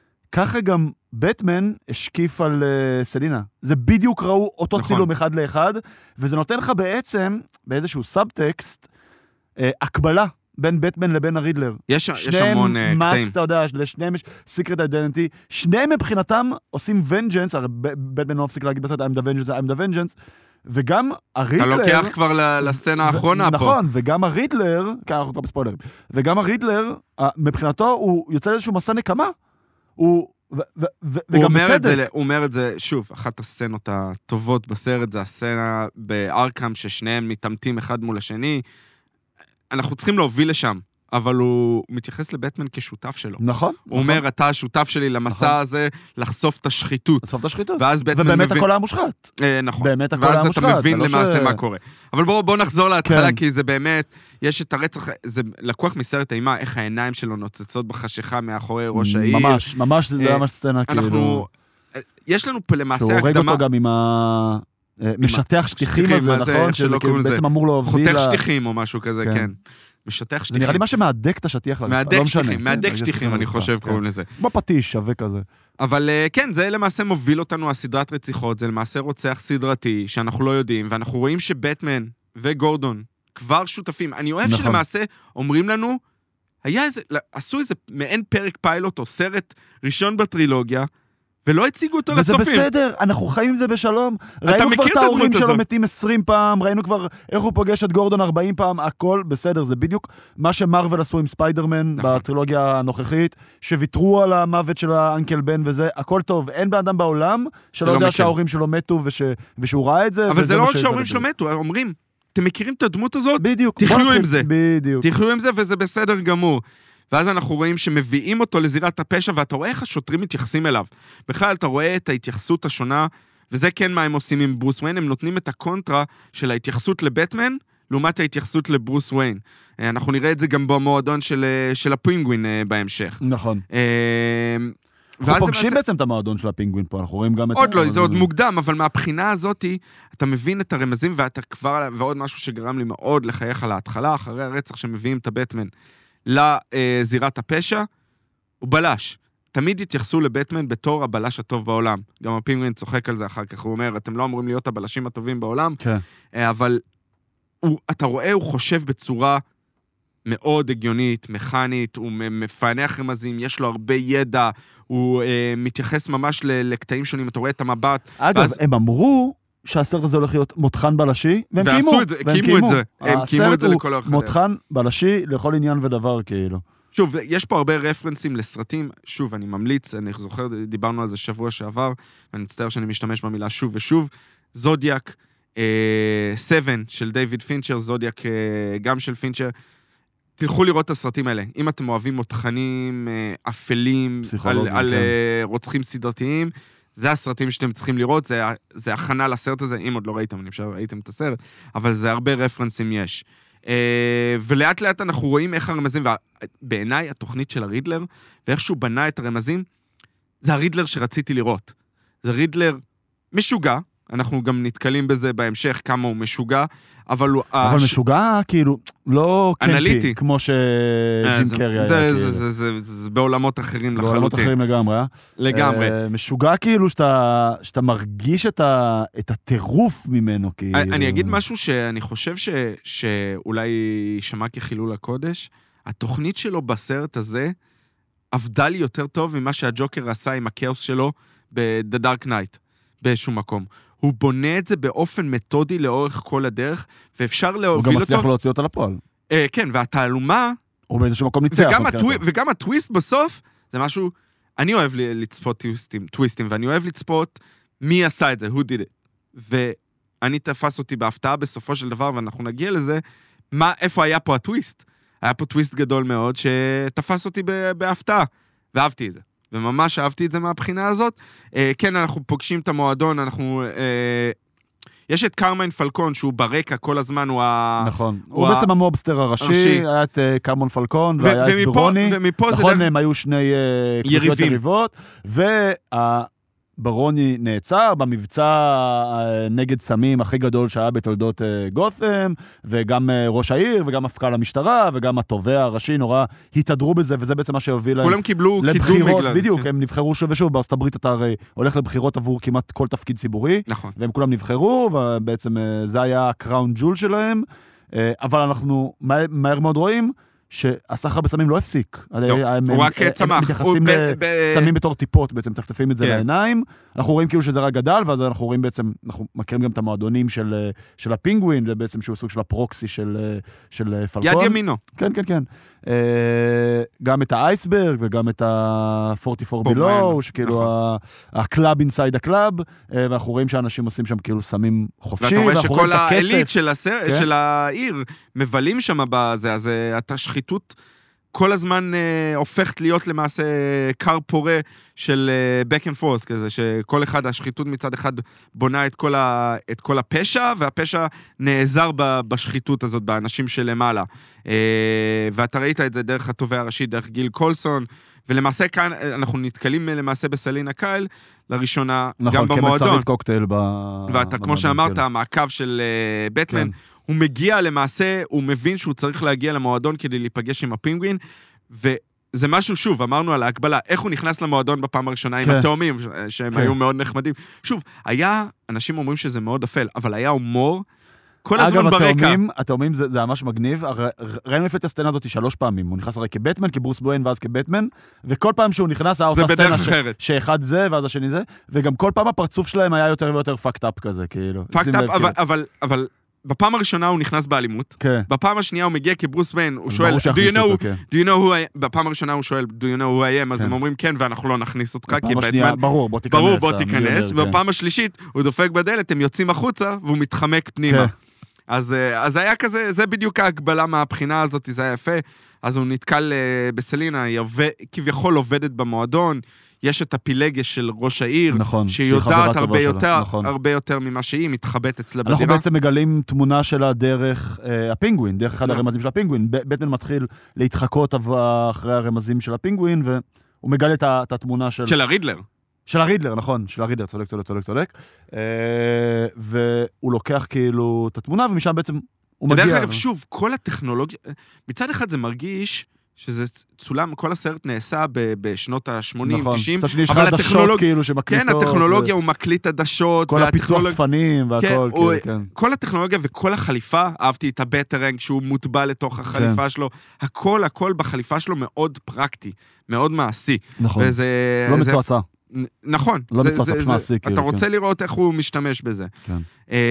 ככה גם בטמן השקיף על uh, סלינה. זה בדיוק ראו אותו נכון. צילום אחד לאחד, וזה נותן לך בעצם, באיזשהו סאבטקסט, uh, הקבלה בין בטמן לבין הרידלר. יש, יש המון uh, קטעים. מאסק, אתה יודע, לשניהם יש סיקרט אידנטי, שניהם מבחינתם עושים ונג'נס, הרי בטמן לא מפסיק להגיד בסרט, I'm the vengeance, I'm the vengeance, וגם הרידלר... אתה לוקח כבר לסצנה האחרונה פה. נכון, וגם הרידלר, ככה אנחנו כבר בספוילרים, וגם הרידלר, מבחינתו הוא יוצא לאיזשהו מסע נקמה. הוא, ו, ו, ו, וגם בצדק. הוא אומר את זה, שוב, אחת הסצנות הטובות בסרט, זה הסצנה בארקם, ששניהם מתעמתים אחד מול השני. אנחנו צריכים להוביל לשם, אבל הוא מתייחס לבטמן כשותף שלו. נכון. הוא נכון. אומר, אתה השותף שלי למסע נכון. הזה, לחשוף את השחיתות. לחשוף את השחיתות. ואז בטמן ובאמת מבין... הכל היה מושחת. אה, נכון. באמת הכל היה מושחת. ואז אתה מבין למעשה ש... מה קורה. אבל בואו בוא נחזור להתחלה, כן. כי זה באמת, יש את הרצח, זה לקוח מסרט אימה, איך העיניים שלו נוצצות בחשיכה מאחורי ראש העיר. ממש, ממש, זה אה, ממש סצנה אנחנו, כאילו... יש לנו פה למעשה הקדמה... שהוא הורג אותו גם עם ה... משטח שטיחים הזה, נכון? שבעצם אמור להוביל... חותך שטיחים או משהו כזה, כן. משטח שטיחים. זה נראה לי מה שמעדק את השטיח לרצפה. מעדק שטיחים, מעדק שטיחים, אני חושב קוראים לזה. כמו פטיש שווה כזה. אבל כן, זה למעשה מוביל אותנו הסדרת רציחות, זה למעשה רוצח סדרתי, שאנחנו לא יודעים, ואנחנו רואים שבטמן וגורדון כבר שותפים. אני אוהב שלמעשה אומרים לנו, היה איזה, עשו איזה מעין פרק פיילוט או סרט ראשון בטרילוגיה, ולא הציגו אותו וזה לצופים. וזה בסדר, אנחנו חיים עם זה בשלום. ראינו כבר את ההורים שלו מתים עשרים פעם, ראינו כבר איך הוא פוגש את גורדון ארבעים פעם, הכל בסדר, זה בדיוק מה שמרוול עשו עם ספיידרמן נכון. בטרילוגיה הנוכחית, שוויתרו על המוות של האנקל בן וזה, הכל טוב. אין בן אדם בעולם שלא יודע מכיר. שההורים שלו מתו וש... ושהוא ראה את זה. אבל זה לא רק שההורים שלו מתו, אומרים, אתם מכירים את הדמות הזאת? בדיוק. תחיו עם זה. בדיוק. תחיו עם זה וזה בסדר גמור. ואז אנחנו רואים שמביאים אותו לזירת הפשע, ואתה רואה איך השוטרים מתייחסים אליו. בכלל, אתה רואה את ההתייחסות השונה, וזה כן מה הם עושים עם ברוס וויין, הם נותנים את הקונטרה של ההתייחסות לבטמן, לעומת ההתייחסות לברוס וויין. אנחנו נראה את זה גם במועדון של, של הפינגווין בהמשך. נכון. אנחנו פוגשים בעצם את המועדון של הפינגווין פה, אנחנו רואים גם את... עוד לא, זה עוד מוקדם, אבל מהבחינה הזאת, אתה מבין את הרמזים, ואתה כבר, ועוד משהו שגרם לי מאוד לחייך על ההתחלה, אחרי הרצח שמביאים את הבטמן. לזירת הפשע, הוא בלש. תמיד התייחסו לבטמן בתור הבלש הטוב בעולם. גם הפינגווין צוחק על זה אחר כך, הוא אומר, אתם לא אמורים להיות הבלשים הטובים בעולם, כן. אבל הוא, אתה רואה, הוא חושב בצורה מאוד הגיונית, מכנית, הוא מפענח רמזים, יש לו הרבה ידע, הוא אה, מתייחס ממש לקטעים שונים, אתה רואה את המבט. אגב, ואז... הם אמרו... שהסרט הזה הולך להיות מותחן בלשי, והם קיימו. את זה, קיימו את זה. הם קיימו את זה לכל האחר. מותחן בלשי לכל עניין ודבר, כאילו. שוב, יש פה הרבה רפרנסים לסרטים, שוב, אני ממליץ, אני זוכר, דיברנו על זה שבוע שעבר, ואני מצטער שאני משתמש במילה שוב ושוב, זודיאק, סבן של דיוויד פינצ'ר, זודיאק גם של פינצ'ר, תלכו לראות את הסרטים האלה. אם אתם אוהבים מותחנים אפלים, על, על רוצחים סדרתיים, זה הסרטים שאתם צריכים לראות, זה, זה הכנה לסרט הזה, אם עוד לא ראיתם, אני חושב ראיתם את הסרט, אבל זה הרבה רפרנסים יש. ולאט לאט אנחנו רואים איך הרמזים, ובעיניי התוכנית של הרידלר, ואיך שהוא בנה את הרמזים, זה הרידלר שרציתי לראות. זה רידלר משוגע, אנחנו גם נתקלים בזה בהמשך, כמה הוא משוגע, אבל הוא... אבל משוגע, כאילו, לא קמפי, כמו שג'ים קרי היה. זה בעולמות אחרים לחלוטין. בעולמות אחרים לגמרי, אה? לגמרי. משוגע, כאילו, שאתה מרגיש את הטירוף ממנו, כאילו. אני אגיד משהו שאני חושב שאולי שמע כחילול הקודש, התוכנית שלו בסרט הזה עבדה לי יותר טוב ממה שהג'וקר עשה עם הכאוס שלו ב-The Dark Knight, באיזשהו מקום. הוא בונה את זה באופן מתודי לאורך כל הדרך, ואפשר להוביל אותו... הוא גם מצליח להוציא אותה לפועל. אה, כן, והתעלומה... הוא באיזשהו מקום ניצח. וגם, הטו... וגם הטוויסט בסוף, זה משהו... אני אוהב לצפות טוויסטים, טוויסטים, ואני אוהב לצפות מי עשה את זה, who did it. ואני תפס אותי בהפתעה בסופו של דבר, ואנחנו נגיע לזה, מה, איפה היה פה הטוויסט? היה פה טוויסט גדול מאוד, שתפס אותי בהפתעה, ואהבתי את זה. וממש אהבתי את זה מהבחינה הזאת. אה, כן, אנחנו פוגשים את המועדון, אנחנו... אה, יש את קרמיין פלקון, שהוא ברקע כל הזמן, הוא ה... נכון. הוא, הוא בעצם ה... המובסטר הראשי, היה את uh, קרמיין פלקון, ו- והיה ומפה, את ברוני. ומפה נכון, זה... הם היו שני uh, כנופיות יריבות, והברוני נעצר במבצע uh, נגד סמים הכי גדול שהיה בתולדות uh, גות'ם, וגם uh, ראש העיר, וגם מפכ"ל המשטרה, וגם התובע הראשי נורא התהדרו בזה, וזה בעצם מה שהוביל להם. כולם קיבלו לבחירות, קידום בגלל. בדיוק, כן. הם נבחרו שוב ושוב, בארצות הברית אתה הרי הולך לבחירות עבור כמעט כל תפקיד ציבורי, נכון. והם כולם נבחרו, ובעצם זה היה הקראון ג'ול שלהם, אבל אנחנו מהר מאוד רואים שהסחר בסמים לא הפסיק. הוא רק צמח. הם מתייחסים לסמים בתור טיפות, בעצם טפטפים את זה לעיניים. אנחנו רואים כאילו שזה רק גדל, ואז אנחנו רואים בעצם, אנחנו מכירים גם את המועדונים של הפינגווין, ובעצם שהוא סוג של הפרוקסי של פלקון. יד ימינו. כן, כן, כן. גם את האייסברג, וגם את ה-ארבעים וארבע בילו, שכאילו הקלאב אינסייד הקלאב, ואנחנו רואים שאנשים עושים שם כאילו סמים חופשי, ואתה רואה שכל האליט של העיר מבלים שם בזה, אז התשחיתות כל הזמן הופכת להיות למעשה קר פורה של back and forth כזה, שכל אחד, השחיתות מצד אחד בונה את כל, ה, את כל הפשע, והפשע נעזר בשחיתות הזאת, באנשים שלמעלה. ואתה ראית את זה דרך התובע הראשי, דרך גיל קולסון, ולמעשה כאן אנחנו נתקלים למעשה בסלינה קייל, לראשונה נכון, גם במועדון. נכון, כמצרית קוקטייל ב... ואתה, כמו שאמרת, כן. המעקב של uh, בטמן, כן. הוא מגיע למעשה, הוא מבין שהוא צריך להגיע למועדון כדי להיפגש עם הפינגווין, וזה משהו, שוב, אמרנו על ההקבלה, איך הוא נכנס למועדון בפעם הראשונה כן. עם התאומים, שהם כן. היו מאוד נחמדים. שוב, היה, אנשים אומרים שזה מאוד אפל, אבל היה הומור, כל הזמן אגב, ברקע. התאומים, התאומים זה, זה ממש מגניב, ראינו לפי את הסצנה הזאת שלוש פעמים, הוא נכנס הרי כבטמן, כברוס וויין ואז כבטמן, וכל פעם שהוא נכנס היה אותה סצנה ש... שאחד זה ואז השני זה, וגם כל פעם הפרצוף שלהם היה יותר ויותר פאקט אפ כזה, כאילו. פאקט אפ, אבל, אבל, אבל בפעם הראשונה הוא נכנס באלימות, כן. בפעם השנייה הוא מגיע כברוס וויין, הוא שואל, do you know, אותו, כן. do you know who I am? בפעם הראשונה הוא שואל, do you know who I am? אז כן. הם אומרים כן, ואנחנו לא נכניס אותך, כי בטמן, ברור, בוא תיכנס, ברור, בוא תיכנס, ובפעם כן. השלישית הוא דופק בדלת, הם יוצאים החוצה, והוא מתחמק פנימה. כן. אז, אז היה כזה, זה בדיוק ההגבלה מהבחינה הזאת, זה היה יפה. אז הוא נתקל בסלינה, היא עובד, כביכול עובדת במועדון, יש את הפילגש של ראש העיר, נכון, שהיא יודעת הרבה יותר, נכון. הרבה יותר ממה שהיא, מתחבאת אצלה בדירה. אנחנו בעצם מגלים תמונה שלה דרך אה, הפינגווין, דרך אחד הרמזים של הפינגווין. בטמן מתחיל להתחקות אחרי הרמזים של הפינגווין, והוא מגלה את, את התמונה של... של הרידלר. של הרידלר, נכון, של הרידלר, צודק, צודק, צודק, צודק. אה, והוא לוקח כאילו את התמונה, ומשם בעצם הוא מגיע. ודרך אגב, שוב, כל הטכנולוגיה, מצד אחד זה מרגיש שזה צולם, כל הסרט נעשה בשנות ה-שמונים, תשעים, נכון, יש לך עדשות כאילו שמקליטות. כן, הטכנולוגיה, הוא מקליט עדשות. כל הפיצוח צפנים והכל, כן. כל הטכנולוגיה וכל החליפה, אהבתי את הבטרנג שהוא מוטבע לתוך החליפה שלו, הכל, הכל בחליפה שלו מאוד פרקטי, מאוד מעשי. נכון, לא מצועצע. נכון. לא מצועצע מעשי. אתה רוצה לראות איך הוא משתמש בזה. כן.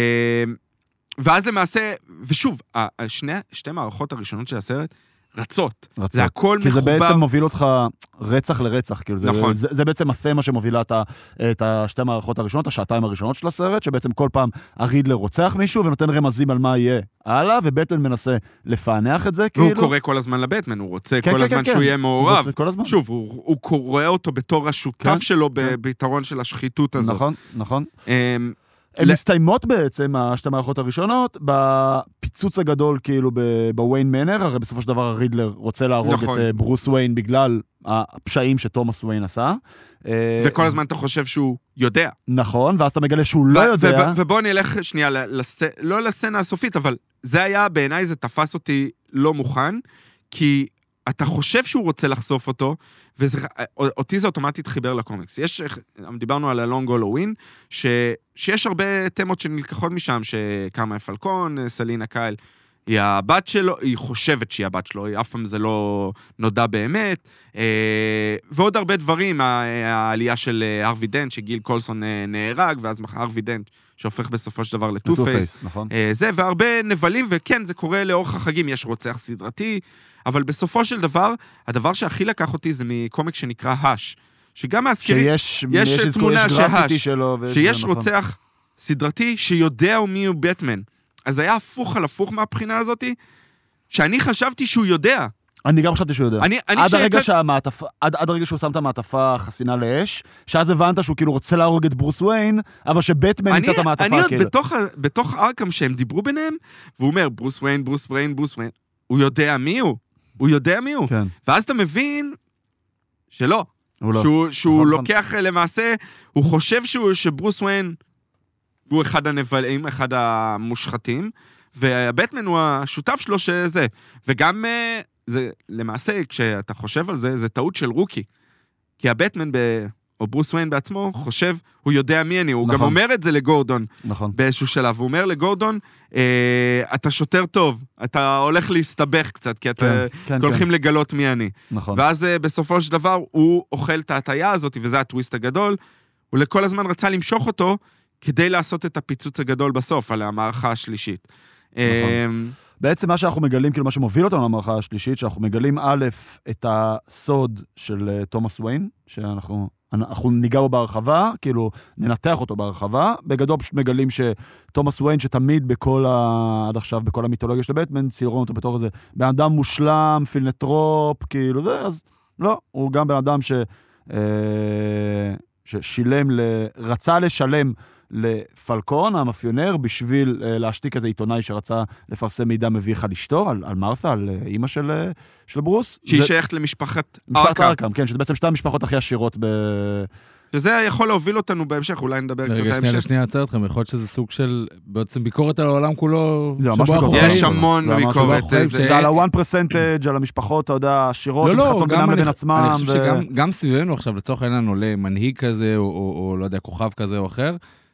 ואז למעשה, ושוב, שתי מערכות הראשונות של הסרט, רצות. רצות. זה הכל כי מחובר. כי זה בעצם מוביל אותך רצח לרצח. כאילו נכון. זה, זה, זה בעצם הסמה שמובילה את, את השתי מערכות הראשונות, השעתיים הראשונות של הסרט, שבעצם כל פעם הרידלר רוצח מישהו ונותן רמזים על מה יהיה הלאה, ובטמן מנסה לפענח את זה. והוא כאילו. קורא כל הזמן לבטמן, הוא רוצה כן, כל כן, הזמן כן, שהוא כן. יהיה מעורב. כל הזמן. שוב, הוא, הוא רואה אותו בתור השותף כן, שלו כן. ביתרון של השחיתות הזאת. נכון, נכון. Um, הן מסתיימות בעצם, השתי מערכות הראשונות, בפיצוץ הגדול כאילו בוויין מנר, הרי בסופו של דבר הרידלר רוצה להרוג את ברוס וויין בגלל הפשעים שתומאס וויין עשה. וכל הזמן אתה חושב שהוא יודע. נכון, ואז אתה מגלה שהוא לא יודע. ובוא נלך שנייה, לא לסצנה הסופית, אבל זה היה, בעיניי זה תפס אותי לא מוכן, כי אתה חושב שהוא רוצה לחשוף אותו, ואותי זה אוטומטית חיבר לקומיקס. יש, דיברנו על הלונג הולווין, שיש הרבה תמות שנלקחות משם, שקרמיין פלקון, סלינה קייל, היא הבת שלו, היא חושבת שהיא הבת שלו, אף פעם זה לא נודע באמת, ועוד הרבה דברים, העלייה של ארווי דנט, שגיל קולסון נהרג, ואז ארווי דנט, שהופך בסופו של דבר לטו-פייס. נכון. זה, והרבה נבלים, וכן, זה קורה לאורך החגים, יש רוצח סדרתי, אבל בסופו של דבר, הדבר שהכי לקח אותי זה מקומיק שנקרא הש, שגם מהזכירים, שיש, יש, יש תמונה שהש, שלו, שיש נכון. רוצח סדרתי שיודע מי הוא בטמן. אז היה הפוך על הפוך מהבחינה הזאת, שאני חשבתי שהוא יודע. אני גם חשבתי שהוא יודע. אני, אני עד, שיצא... הרגע שהמעטפה, עד, עד הרגע שהוא שם את המעטפה חסינה לאש, שאז הבנת שהוא כאילו רוצה להרוג את ברוס וויין, אבל שבטמן נמצא את המעטפה. אני עוד כאילו. בתוך, בתוך ארקם שהם דיברו ביניהם, והוא אומר, ברוס וויין, ברוס וויין, ברוס וויין, הוא יודע מי הוא. הוא יודע מי הוא. כן. ואז אתה מבין שלא. הוא לא. שהוא, שהוא נכון, לוקח נכון. למעשה, הוא חושב שהוא, שברוס וויין הוא אחד הנבלים, אחד המושחתים, והבטמן הוא השותף שלו שזה. וגם, זה, למעשה, כשאתה חושב על זה, זה טעות של רוקי. כי הבטמן, ב, או ברוס וויין בעצמו, חושב, הוא יודע מי אני. הוא נכון. גם אומר את זה לגורדון, נכון. באיזשהו שלב. הוא אומר לגורדון, אה, אתה שוטר טוב, אתה הולך להסתבך קצת, כי אתה כן, כן, הולכים כן. לגלות מי אני. נכון. ואז בסופו של דבר, הוא אוכל את ההטיה הזאת, וזה הטוויסט הגדול, הוא לכל הזמן רצה למשוך אותו, כדי לעשות את הפיצוץ הגדול בסוף, על המערכה השלישית. נכון. בעצם מה שאנחנו מגלים, כאילו מה שמוביל אותנו למערכה השלישית, שאנחנו מגלים א', את הסוד של תומאס וויין, שאנחנו אנחנו ניגע בו בהרחבה, כאילו ננתח אותו בהרחבה, בגדול פשוט מגלים שתומאס וויין, שתמיד בכל ה... עד עכשיו, בכל המיתולוגיה של בטמן, ציירו אותו בתור איזה בן אדם מושלם, פילנטרופ, כאילו זה, אז לא, הוא גם בן אדם ש... ששילם, ל... רצה לשלם לפלקון, המאפיונר, בשביל להשתיק איזה עיתונאי שרצה לפרסם מידע מביך על אשתו, על, על מרת'ה, על אימא של, של ברוס. שהיא זה... שייכת למשפחת משפחת ארקם, כן, שזה בעצם שתי המשפחות הכי עשירות ב... שזה יכול להוביל אותנו בהמשך, אולי נדבר קצת בהמשך. רגע, שנייה, שנייה, עצר אתכם, יכול להיות שזה סוג של, בעצם ביקורת על העולם כולו, זה ממש ביקורת. יש המון ביקורת. זה על ה-one percentage, על המשפחות, אתה יודע, עשירות, שמתחתות בינם לבין עצמם. אני חושב שגם סביבנו עכשיו, לצורך העניין, עולה מנהיג כזה, או לא יודע, כוכב כזה או אחר,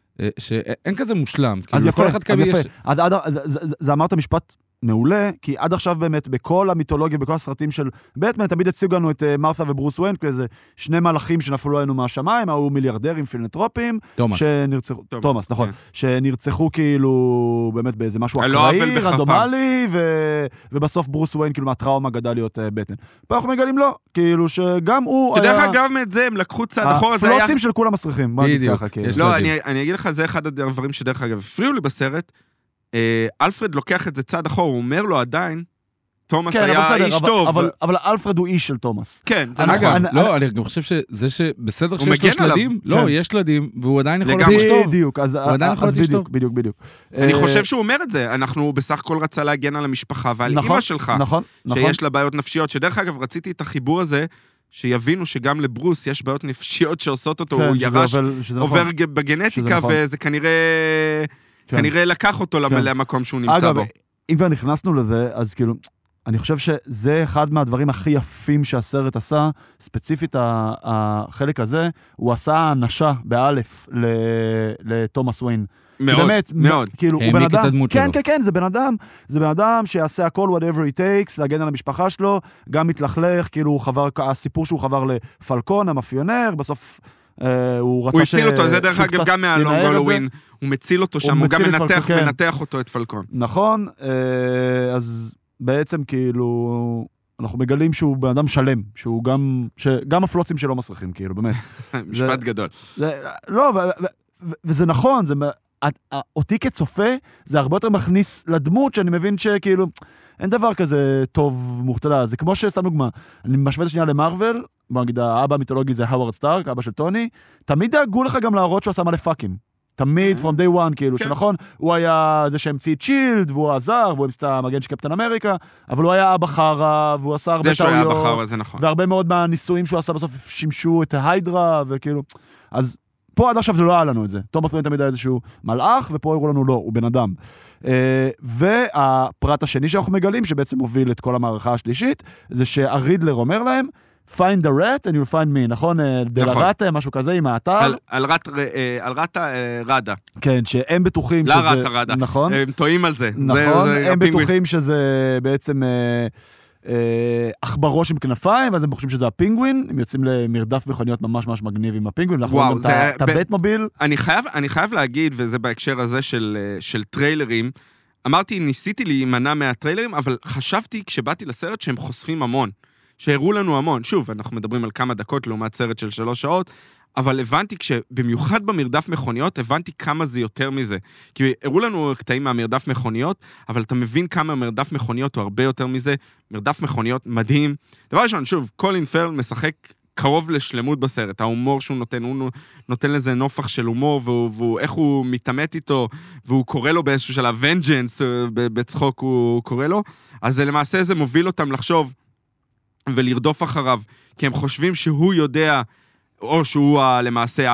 שאין כזה מושלם. אז יפה, אז יפה. זה אמרת משפט מעולה, כי עד עכשיו באמת, בכל המיתולוגיה, בכל הסרטים של בטמן, תמיד הציגו לנו את מרת'ה וברוס וויין, כאיזה שני מלאכים שנפלו עלינו מהשמיים, היו מיליארדרים, פילנטרופים, תומאס. שנרצחו, תומאס, נכון, שנרצחו כאילו, באמת באיזה משהו אקראי, רנדומלי, ובסוף ברוס וויין, כאילו, מהטראומה גדל להיות בטמן. פה אנחנו מגלים לא, כאילו שגם הוא היה... כדרך אגב את זה, הם לקחו צעד אחורה, זה היה... הפלוצים של כולם מסריחים, בוא נגיד ככה, כאילו. לא, אני אגיד לך, זה אחד הדברים שדרך אגב הפריעו לי בסרט, אלפרד לוקח את זה צעד אחורה, הוא אומר לו עדיין, תומאס היה איש טוב. אבל אלפרד הוא איש של תומאס. כן, זה נכון. לא, אני גם חושב שזה שבסדר שיש לו שלדים, לא, יש שלדים, והוא עדיין יכול להיות איש טוב. בדיוק, אז בדיוק, בדיוק, בדיוק. אני חושב שהוא אומר את זה, אנחנו בסך הכל רצה להגן על המשפחה ועל אמא שלך, שיש לה בעיות נפשיות, שדרך אגב רציתי את החיבור הזה, שיבינו שגם לברוס יש בעיות נפשיות שעושות אותו, הוא ירש, עובר בגנטיקה, וזה כנראה... כנראה לקח אותו למקום שהוא נמצא בו. אגב, אם כבר נכנסנו לזה, אז כאילו, אני חושב שזה אחד מהדברים הכי יפים שהסרט עשה, ספציפית החלק הזה, הוא עשה אנשה באלף לתומאס וויין. מאוד, באמת, מאוד. כאילו, הוא בן אדם, כן, כן, כן, זה בן אדם, זה בן אדם שיעשה הכל, whatever it takes, להגן על המשפחה שלו, גם מתלכלך, כאילו, הוא חבר, הסיפור שהוא חבר לפלקון, המאפיונר, בסוף... הוא הציל אותו, זה דרך אגב גם מהלונג הולווין, הוא מציל אותו שם, הוא גם מנתח אותו את פלקון. נכון, אז בעצם כאילו, אנחנו מגלים שהוא בן אדם שלם, שהוא גם, שגם הפלוצים שלו מסריחים, כאילו, באמת. משפט גדול. לא, וזה נכון, אותי כצופה, זה הרבה יותר מכניס לדמות, שאני מבין שכאילו, אין דבר כזה טוב מוכתלה, זה כמו ששם דוגמה, אני משווה את השנייה למרוול, בוא נגיד, האבא המיתולוגי זה הווארד סטארק, אבא של טוני, תמיד דאגו לך גם להראות שהוא עשה מלא פאקים. תמיד, from day one, כאילו, שנכון, הוא היה זה שהמציא את שילד, והוא עזר, והוא המציא את המגן של קפטן אמריקה, אבל הוא היה אבא חרא, והוא עשה הרבה טעויות, והרבה מאוד מהניסויים שהוא עשה בסוף שימשו את ההיידרה, וכאילו, אז פה עד עכשיו זה לא היה לנו את זה. תומאס וויין תמיד היה איזשהו מלאך, ופה הראו לנו לא, הוא בן אדם. והפרט השני שאנחנו מגלים, שבעצם מוביל את כל המערכה השלישית, זה שהרידלר אומר להם, find the rat and you'll find me, נכון? דלרטה, משהו כזה עם האתר. על רטה רדה. כן, שהם בטוחים שזה... לא רטה רדה. נכון. הם טועים על זה. נכון, הם בטוחים שזה בעצם אכברוש עם כנפיים, ואז הם חושבים שזה הפינגווין, הם יוצאים למרדף מכוניות ממש ממש מגניב עם הפינגווין, ואנחנו רואים את הבית מוביל. אני חייב להגיד, וזה בהקשר הזה של טריילרים, אמרתי, ניסיתי להימנע מהטריילרים, אבל חשבתי כשבאתי לסרט שהם חושפים המון. שהראו לנו המון. שוב, אנחנו מדברים על כמה דקות לעומת סרט של שלוש שעות, אבל הבנתי כשבמיוחד במרדף מכוניות, הבנתי כמה זה יותר מזה. כי הראו לנו קטעים מהמרדף מכוניות, אבל אתה מבין כמה מרדף מכוניות הוא הרבה יותר מזה. מרדף מכוניות מדהים. דבר ראשון, שוב, קולין פרל משחק קרוב לשלמות בסרט. ההומור שהוא נותן, הוא נותן לזה נופח של הומור, ואיך הוא מתאמת איתו, והוא קורא לו באיזשהו של הוונג'נס, בצחוק הוא קורא לו. אז למעשה זה מוביל אותם לחשוב, ולרדוף אחריו, כי הם חושבים שהוא יודע, או שהוא למעשה,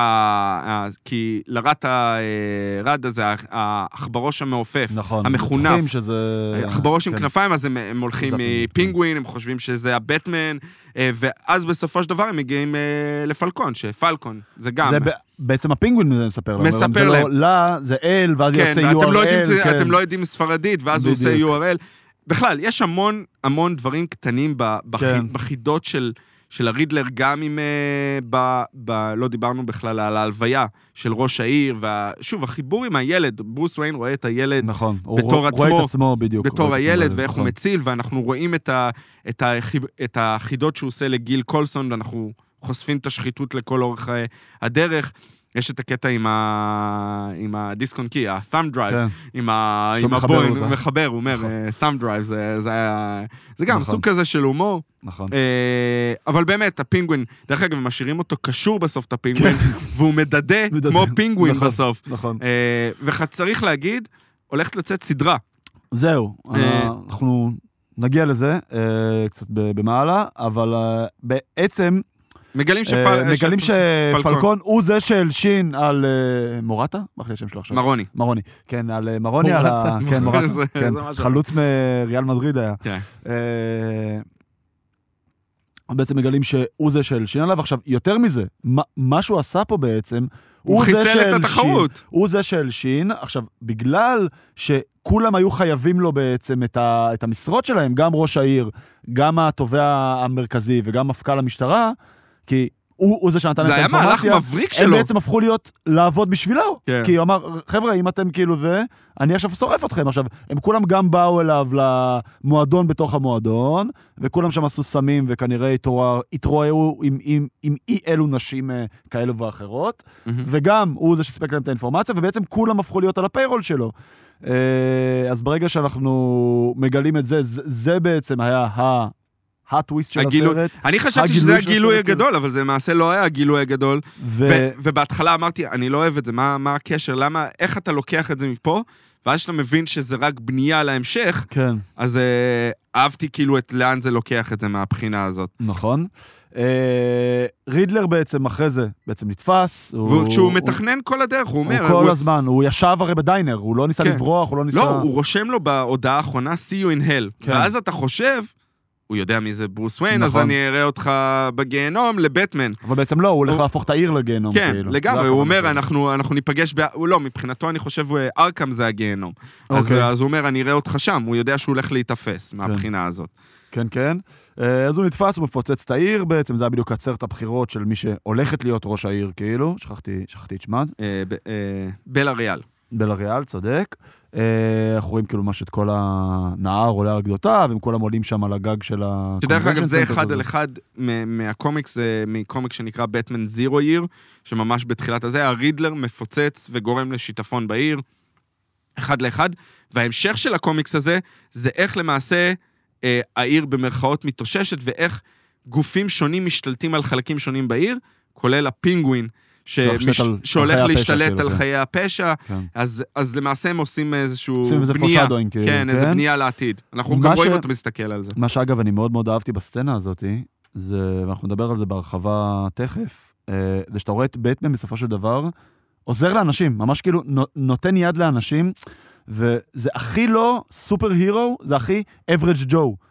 כי לרת הרד הזה, האחברוש המעופף, נכון, המחונף, בטוחים שזה... אחברוש עם כנפיים, אז הם הולכים מפינגווין, הם חושבים שזה הבטמן, ואז בסופו של דבר הם מגיעים לפלקון, שפלקון, זה גם... בעצם הפינגווין מספר להם. מספר להם. זה לא לה, זה אל, ואז יוצא יו אר אל. כן, אתם לא יודעים ספרדית, ואז הוא עושה יו אר אל. בכלל, יש המון, המון דברים קטנים בחידות של, של הרידלר, גם אם, ב, ב, לא דיברנו בכלל על ההלוויה של ראש העיר, ושוב, החיבור עם הילד, ברוס וויין רואה את הילד, נכון, בתור הוא עצמו, רואה את עצמו בדיוק, בתור הילד, ואיך נכון. הוא מציל, ואנחנו רואים את, ה, את, ה, את החידות שהוא עושה לגיל קולסון, ואנחנו חושפים את השחיתות לכל אורך הדרך, יש את הקטע עם ה... עם הדיסק און קי, ה-thumb drive, כן. עם ה... עם הבוין, הוא מחבר, הוא אומר, thumb drive, זה, זה היה... זה גם נכון. סוג כזה של הומור. נכון. אבל באמת, הפינגווין, דרך אגב, הם משאירים אותו קשור בסוף את הפינגווין, והוא מדדה כמו פינגווין נכון, בסוף. נכון. וצריך להגיד, הולכת לצאת סדרה. זהו, אנחנו נגיע לזה קצת במעלה, אבל בעצם... מגלים שפל... מגלים שפלקון הוא זה שהלשין על מורטה? מה אחרי השם שלו עכשיו? מרוני. מרוני, כן, על מרוני, על ה... כן, מורטה, כן, חלוץ מריאל מדריד היה. בעצם מגלים שהוא זה שהלשין עליו. עכשיו, יותר מזה, מה שהוא עשה פה בעצם, הוא חיסל את התחרות. הוא זה שהלשין. עכשיו, בגלל שכולם היו חייבים לו בעצם את המשרות שלהם, גם ראש העיר, גם התובע המרכזי וגם מפכ"ל המשטרה, כי הוא, הוא זה שנתן את האינפורמציה. זה היה מהלך מבריק שלו. הם בעצם הפכו להיות לעבוד בשבילו. כן. כי הוא אמר, חבר'ה, אם אתם כאילו זה, אני עכשיו שורף אתכם. עכשיו, הם כולם גם באו אליו למועדון בתוך המועדון, וכולם שם עשו סמים, וכנראה התרועעו עם, עם, עם אי אלו נשים כאלו ואחרות, mm-hmm. וגם הוא זה שספק להם את האינפורמציה, ובעצם כולם הפכו להיות על הפיירול שלו. אז ברגע שאנחנו מגלים את זה, זה, זה בעצם היה ה... הטוויסט של הגילו... הסרט. אני חשבתי שזה הגילוי הגדול, אבל זה למעשה לא היה הגילוי הגדול. ו... ו... ובהתחלה אמרתי, אני לא אוהב את זה, מה, מה הקשר? למה, איך אתה לוקח את זה מפה? ואז שאתה מבין שזה רק בנייה להמשך, כן. אז uh, אהבתי כאילו את לאן זה לוקח את זה מהבחינה הזאת. נכון. Uh, רידלר בעצם אחרי זה, בעצם נתפס. וכשהוא הוא... מתכנן כל הדרך, הוא אומר... הוא כל הוא... הזמן, הוא ישב הרי בדיינר, הוא לא ניסה כן. לברוח, הוא לא ניסה... לא, הוא רושם לו בהודעה האחרונה, see you in hell. כן. ואז אתה חושב... הוא יודע מי זה ברוס וויין, נכון. אז אני אראה אותך בגיהנום לבטמן. אבל בעצם לא, הוא הולך הוא... להפוך את העיר לגיהנום. כן, כאילו. לגמרי, הוא אומר, אנחנו, אנחנו ניפגש, ב... הוא לא, מבחינתו אני חושב, ארקם זה הגיהנום. אוקיי. אז, אז הוא אומר, אני אראה אותך שם, הוא יודע שהוא הולך להתאפס מהבחינה כן. הזאת. כן, כן. אז הוא נתפס, הוא מפוצץ את העיר, בעצם זה היה בדיוק עצרת הבחירות של מי שהולכת להיות ראש העיר, כאילו, שכחתי, שכחתי את שמה. אה, ב, אה, בלה ריאל. בלה ריאל, צודק. אנחנו רואים כאילו ממש את כל הנהר עולה על גדותיו, והם כולם עולים שם על הגג של ה... שדרך אגב, זה אחד על אחד מהקומיקס, זה מקומיק שנקרא בטמן זירו ייר, שממש בתחילת הזה, הרידלר מפוצץ וגורם לשיטפון בעיר, אחד לאחד, וההמשך של הקומיקס הזה, זה איך למעשה אה, העיר במרכאות מתאוששת, ואיך גופים שונים משתלטים על חלקים שונים בעיר, כולל הפינגווין, שמש... שהולך להשתלט כאילו, על כן. חיי הפשע, כן. אז, אז למעשה הם עושים איזשהו בנייה, כאילו, כן, כן, איזו בנייה לעתיד. אנחנו גם ש... רואים אותו מסתכל על זה. מה שאגב, אני מאוד מאוד אהבתי בסצנה הזאת, זה, ואנחנו נדבר על זה בהרחבה תכף, זה שאתה רואה את בטמן בסופו של דבר, עוזר לאנשים, ממש כאילו נותן יד לאנשים, וזה הכי לא סופר הירו, זה הכי אברג' ג'ו.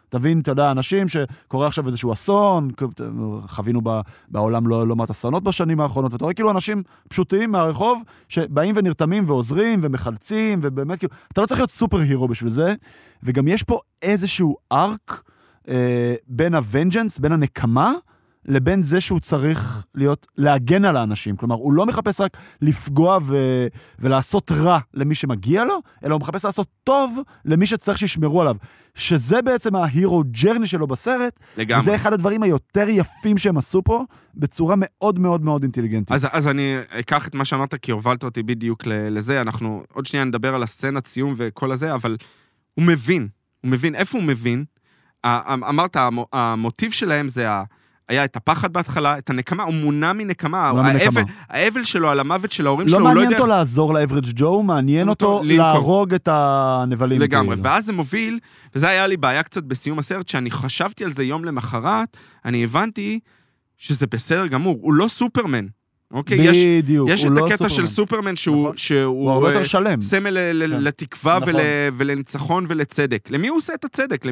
תבין, אתה יודע, אנשים שקורה עכשיו איזשהו אסון, חווינו בעולם לא, לא מעט אסונות בשנים האחרונות, ואתה רואה כאילו אנשים פשוטים מהרחוב, שבאים ונרתמים ועוזרים ומחלצים, ובאמת כאילו, אתה לא צריך להיות סופר הירו בשביל זה, וגם יש פה איזשהו ארק אה, בין הוונג'נס, בין הנקמה, לבין זה שהוא צריך להיות, להגן על האנשים. כלומר, הוא לא מחפש רק לפגוע ו... ולעשות רע למי שמגיע לו, אלא הוא מחפש לעשות טוב למי שצריך שישמרו עליו. שזה בעצם ההירו ג'רני שלו בסרט, לגמרי. וזה אחד הדברים היותר יפים שהם עשו פה, בצורה מאוד מאוד מאוד אינטליגנטית. אז, אז אני אקח את מה שאמרת, כי הובלת אותי בדיוק לזה, אנחנו עוד שנייה נדבר על הסצנת סיום וכל הזה, אבל הוא מבין, הוא מבין, איפה הוא מבין? אמרת, המוטיב שלהם זה ה... היה את הפחד בהתחלה, את הנקמה, הוא מונע מנקמה, האבל, האבל שלו על המוות של ההורים שלו, לא מעניין אותו לעזור לאברג' ג'ו, מעניין אותו להרוג את הנבלים. לגמרי, ואז זה מוביל, וזה היה לי בעיה קצת בסיום הסרט, שאני חשבתי על זה יום למחרת, אני הבנתי שזה בסדר גמור, הוא לא סופרמן. אוקיי, בדיוק, יש את הקטע של סופרמן שהוא הוא הרבה יותר שלם. סמל לתקווה ולניצחון ולצדק. למי הוא עושה את הצדק?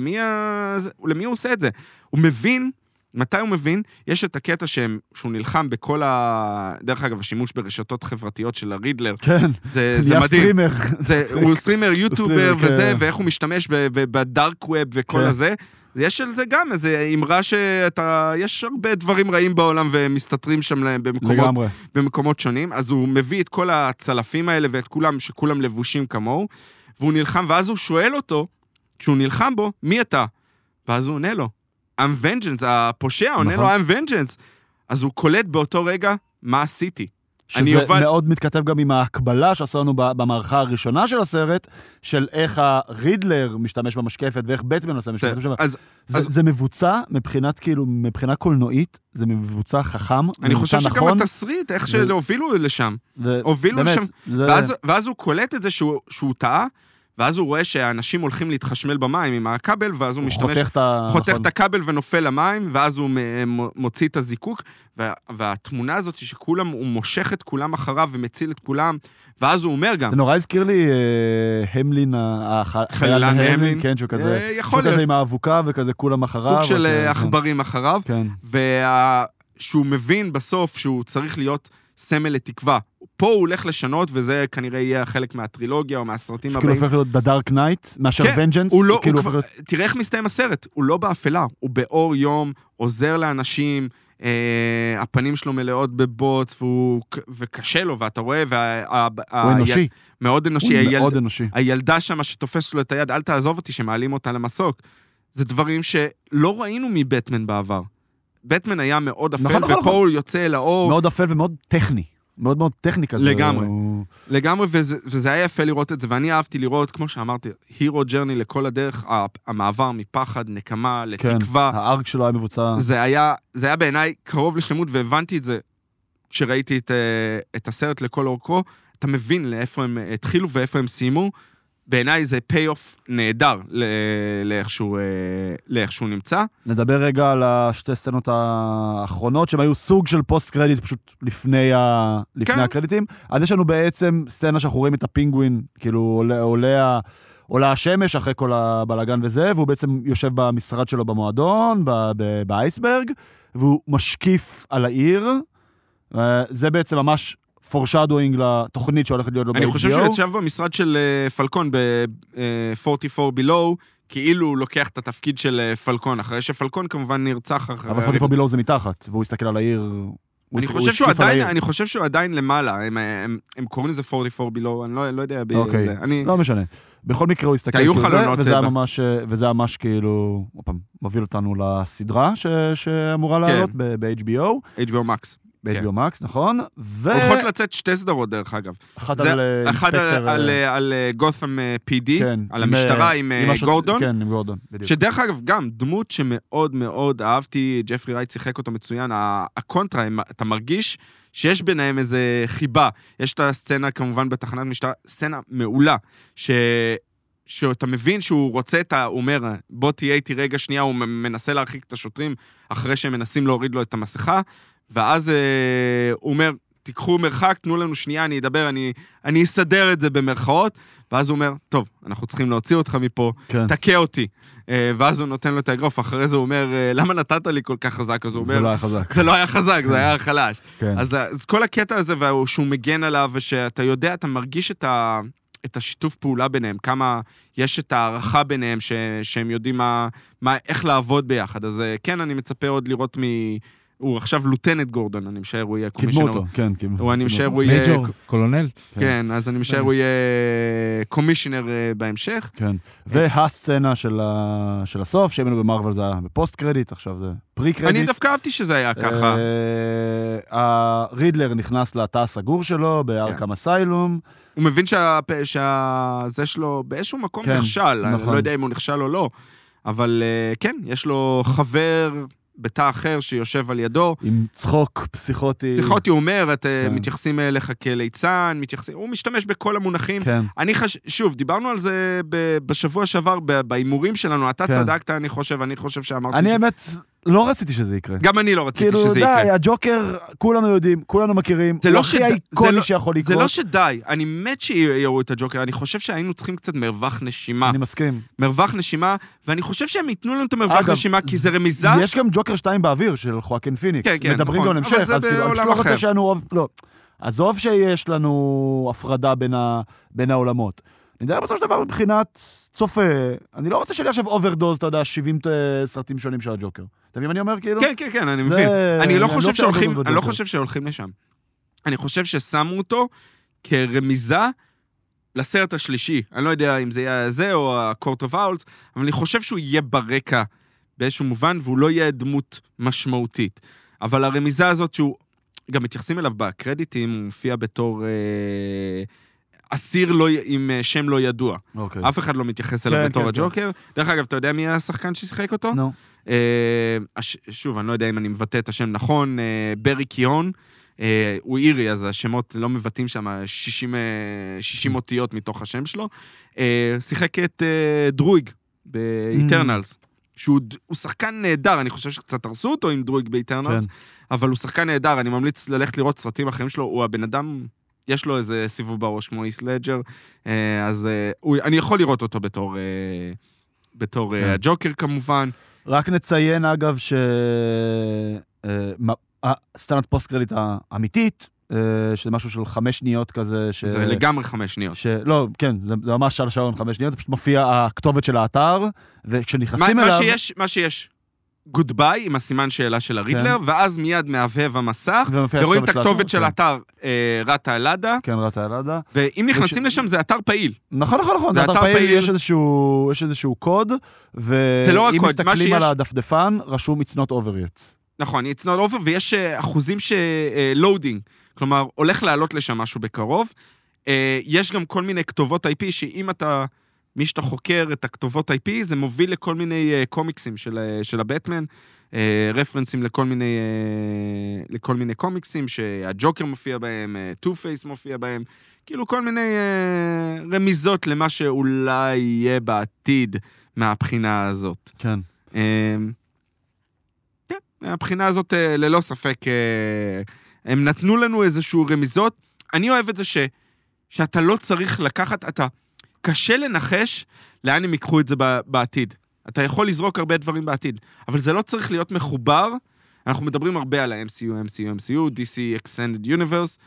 למי הוא עושה את זה? הוא מבין, מתי הוא מבין? יש את הקטע שהוא נלחם בכל ה... דרך אגב, השימוש ברשתות חברתיות של הרידלר. כן, זה מדהים. הוא סטרימר, יוטובר וזה, ואיך הוא משתמש בדארק ווב וכל הזה. יש על זה גם איזו אמרה שאתה, יש הרבה דברים רעים בעולם ומסתתרים שם להם במקומות, במקומות שונים, אז הוא מביא את כל הצלפים האלה ואת כולם, שכולם לבושים כמוהו, והוא נלחם, ואז הוא שואל אותו, כשהוא נלחם בו, מי אתה? ואז הוא עונה לו, I'm vengeance, הפושע עונה לו, I'm vengeance. אז הוא קולט באותו רגע, מה עשיתי? שזה יובל... מאוד מתכתב גם עם ההקבלה שעשו לנו במערכה הראשונה של הסרט, של איך הרידלר משתמש במשקפת, ואיך בטמן עושה משתמש במשקפת. אז, זה, אז... זה מבוצע מבחינת, כאילו, מבחינה קולנועית, זה מבוצע חכם, אני חושב שגם נכון, התסריט, איך ו... שהובילו לשם. ו... הובילו באמת, לשם. זה... ואז, ואז הוא קולט את זה שהוא, שהוא טעה, ואז הוא רואה שהאנשים הולכים להתחשמל במים עם הכבל, ואז הוא, הוא משתמש, חותך, ה... חותך נכון. את הכבל ונופל למים, ואז הוא מוציא את הזיקוק, וה... והתמונה הזאת שכולם, הוא מושך את כולם אחריו ומציל את כולם, ואז הוא אומר גם... זה נורא הזכיר לי אה, המלין, חלילן המלין, כן, שהוא כזה, אה, שהוא כזה עם האבוקה וכזה כולם אחריו. סוג של וכן, אחברים כן. אחריו, כן. ושהוא מבין בסוף שהוא צריך להיות סמל לתקווה. פה הוא הולך לשנות, וזה כנראה יהיה חלק מהטרילוגיה או מהסרטים הבאים. שכאילו הופך להיות The Dark Knight, מאשר Vengeance. הוא לא, הוא כבר, תראה איך מסתיים הסרט, הוא לא באפלה, הוא באור יום, עוזר לאנשים, אה, הפנים שלו מלאות בבוץ, והוא, וקשה לו, ואתה רואה, וה, הוא אנושי. ה, מאוד אנושי. הוא הילד, מאוד אנושי. הילדה שמה שתופס לו את היד, אל תעזוב אותי, שמעלים אותה למסוק. זה דברים שלא ראינו מבטמן בעבר. בטמן היה מאוד אפל, נכון, ופה נכון. הוא יוצא אל האור. מאוד אפל ומאוד טכני. מאוד מאוד טכני כזה. לגמרי. הוא... לגמרי, וזה, וזה היה יפה לראות את זה, ואני אהבתי לראות, כמו שאמרתי, הירו ג'רני לכל הדרך, המעבר מפחד, נקמה, לתקווה. כן, הארק שלו היה מבוצע. זה היה, זה היה בעיניי קרוב לשלמות, והבנתי את זה כשראיתי את, את הסרט לכל אורכו, אתה מבין לאיפה הם התחילו ואיפה הם סיימו, בעיניי זה פי-אוף נהדר לאיכשהו, לאיכשהו נמצא. נדבר רגע על השתי סצנות האחרונות, שהן היו סוג של פוסט-קרדיט פשוט לפני, ה... לפני כן. הקרדיטים. אז יש לנו בעצם סצנה שאנחנו רואים את הפינגווין, כאילו עולה, עולה, עולה השמש אחרי כל הבלגן וזה, והוא בעצם יושב במשרד שלו במועדון, ב... ב... באייסברג, והוא משקיף על העיר. זה בעצם ממש... foreshadowing לתוכנית שהולכת להיות לו ב-אייץ' בי או. אני חושב שהוא יצב במשרד של פלקון ב-ארבעים וארבע below, כאילו הוא לוקח את התפקיד של פלקון, אחרי שפלקון כמובן נרצח אחרי... אבל ארבעים וארבע below זה מתחת, והוא הסתכל על העיר... אני חושב שהוא עדיין, אני חושב שהוא עדיין למעלה, הם קוראים לזה ארבעים וארבע below, אני לא יודע... אוקיי, לא משנה. בכל מקרה הוא הסתכל כזה, וזה ממש כאילו, מוביל אותנו לסדרה שאמורה לעלות ב-אייץ' בי או. אייץ' בי או Max. ב-אייץ' בי או Max, נכון? הולכות לצאת שתי סדרות דרך אגב. אחת על אינספקטר... על גות'ם פי די, על המשטרה עם גורדון. כן, עם גורדון, בדיוק. שדרך אגב גם דמות שמאוד מאוד אהבתי, ג'פרי רייט שיחק אותו מצוין, הקונטרה, אתה מרגיש שיש ביניהם איזה חיבה. יש את הסצנה כמובן בתחנת משטרה, סצנה מעולה, ש... שאתה מבין שהוא רוצה את ה... הוא אומר, בוא תהיה איתי רגע שנייה, הוא מנסה להרחיק את השוטרים, אחרי שהם מנסים להוריד לו את המסכה, ואז אה, הוא אומר, תיקחו מרחק, תנו לנו שנייה, אני אדבר, אני, אני אסדר את זה במרכאות, ואז הוא אומר, טוב, אנחנו צריכים להוציא אותך מפה, כן. תקה אותי. ואז הוא נותן לו את האגרוף, אחרי זה הוא אומר, למה נתת לי כל כך חזק? אז הוא אומר, זה לא היה חזק. זה לא היה חזק, זה היה חלש. כן. אז, אז כל הקטע הזה, שהוא מגן עליו, ושאתה יודע, אתה מרגיש את, ה, את השיתוף פעולה ביניהם, כמה יש את הערכה ביניהם, ש, שהם יודעים מה, מה, איך לעבוד ביחד. אז כן, אני מצפה עוד לראות מ... הוא עכשיו לוטנט גורדון, אני משער, הוא יהיה קומישיונר. קידמו אותו, כן. הוא, אני משער, הוא יהיה... מייג'ור, קולונל. כן, אז אני משער, הוא יהיה קומישיונר בהמשך. כן, והסצנה של הסוף, שהיינו במרוול זה היה בפוסט קרדיט, עכשיו זה פרי קרדיט. אני דווקא אהבתי שזה היה ככה. הרידלר נכנס לתא הסגור שלו, בארקם אסיילום. הוא מבין שזה שלו באיזשהו מקום נכשל, אני לא יודע אם הוא נכשל או לא, אבל כן, יש לו חבר... בתא אחר שיושב על ידו. עם צחוק פסיכוטי. פסיכוטי, הוא אומר, את כן. מתייחסים אליך כליצן, מתייחסים, הוא משתמש בכל המונחים. כן. אני חש... שוב, דיברנו על זה ב... בשבוע שעבר, באימורים שלנו, אתה כן. צדקת, אני חושב, אני חושב שאמרתי... אני ש... האמת... לא רציתי שזה יקרה. גם אני לא רציתי כאילו, שזה די, יקרה. כאילו, די, הג'וקר, כולנו יודעים, כולנו מכירים, הוא לא הכי שד... האיקוני לא... שיכול לקרות. זה לא שדי, אני מת שיראו את הג'וקר, אני חושב שהיינו צריכים קצת מרווח נשימה. אני מסכים. מרווח נשימה, ואני חושב שהם ייתנו לנו את המרווח אגב, נשימה, כי זה רמיזה. יש גם ג'וקר שתיים באוויר של חואקין פיניקס. כן, כן, מדברים נכון. גם המשך, אז כאילו, אני לא רוצה שהיינו רוב... לא. עזוב שיש לנו הפרדה בין, ה... בין העולמות. אני יודע בסוף שדבר מבחינת צופה, אני לא רוצה שלי עכשיו אוברדוז, אתה יודע, שבעים סרטים שונים של הג'וקר. אתה מבין מה אני אומר, כאילו? כן, כן, כן, אני מבין. אני לא חושב שהולכים, אני לא חושב שהולכים לשם. אני חושב ששמו אותו כרמיזה לסרט השלישי. אני לא יודע אם זה יהיה זה או ה-Court of Owls, אבל אני חושב שהוא יהיה ברקע באיזשהו מובן, והוא לא יהיה דמות משמעותית. אבל הרמיזה הזאת שהוא, גם מתייחסים אליו בקרדיטים, הוא מופיע בתור... אסיר לא, עם שם לא ידוע. Okay. אף אחד לא מתייחס אליו כן, בתור כן, הג'וקר. כן. דרך אגב, אתה יודע מי השחקן ששיחק אותו? נו. No. אה, שוב, אני לא יודע אם אני מבטא את השם נכון, אה, ברי קיון, אה, הוא אירי, אז השמות לא מבטאים שם שישים אותיות מתוך השם שלו. אה, שיחק את אה, דרויג באיטרנלס, mm. שהוא שחקן נהדר, אני חושב שקצת הרסו אותו עם דרויג באיטרנלס, כן. אבל הוא שחקן נהדר, אני ממליץ ללכת לראות סרטים אחרים שלו, הוא הבן אדם... יש לו איזה סיבוב בראש כמו איס לג'ר, אז אני יכול לראות אותו בתור, בתור הג'וקר כמובן. רק נציין אגב שסצנת פוסט קרדיט האמיתית, שזה משהו של חמש שניות כזה. זה לגמרי חמש שניות. לא, כן, זה ממש על שעון חמש שניות, זה פשוט מופיע הכתובת של האתר, וכשנכנסים אליו... מה שיש... גוד ביי, עם הסימן שאלה של הרידלר, ואז מיד מהבהב המסך, ורואים את הכתובת של האתר רטה אלאדה. כן, רטה אלאדה. ואם נכנסים לשם, זה אתר פעיל. נכון, נכון, נכון. זה אתר פעיל, יש איזשהו קוד, ואם מסתכלים על הדפדפן, רשום It's not over yet. נכון, It's not over, ויש אחוזים שלואודינג, כלומר, הולך לעלות לשם משהו בקרוב. יש גם כל מיני כתובות איי פי, שאם אתה... מי שאתה חוקר את הכתובות איי פי, זה מוביל לכל מיני uh, קומיקסים של, uh, של הבטמן, uh, רפרנסים לכל מיני, uh, לכל מיני קומיקסים, שהג'וקר מופיע בהם, טו פייס uh, מופיע בהם, כאילו כל מיני uh, רמיזות למה שאולי יהיה בעתיד מהבחינה הזאת. כן. Uh, כן, מהבחינה הזאת uh, ללא ספק, uh, הם נתנו לנו איזשהו רמיזות, אני אוהב את זה ש, שאתה לא צריך לקחת, אתה... קשה לנחש לאן הם יקחו את זה בעתיד. אתה יכול לזרוק הרבה דברים בעתיד, אבל זה לא צריך להיות מחובר. אנחנו מדברים הרבה על ה-אם סי יו, אם סי יו, אם סי יו, די סי Extended Universe.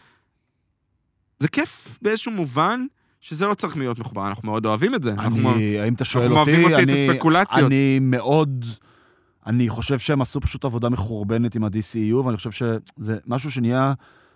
זה כיף באיזשהו מובן שזה לא צריך להיות מחובר. אנחנו מאוד אוהבים את זה. אני, האם אתה שואל אותי, אני, אני מאוד, אני חושב שהם עשו פשוט עבודה מחורבנת עם ה-די סי יו, ואני חושב שזה משהו שנהיה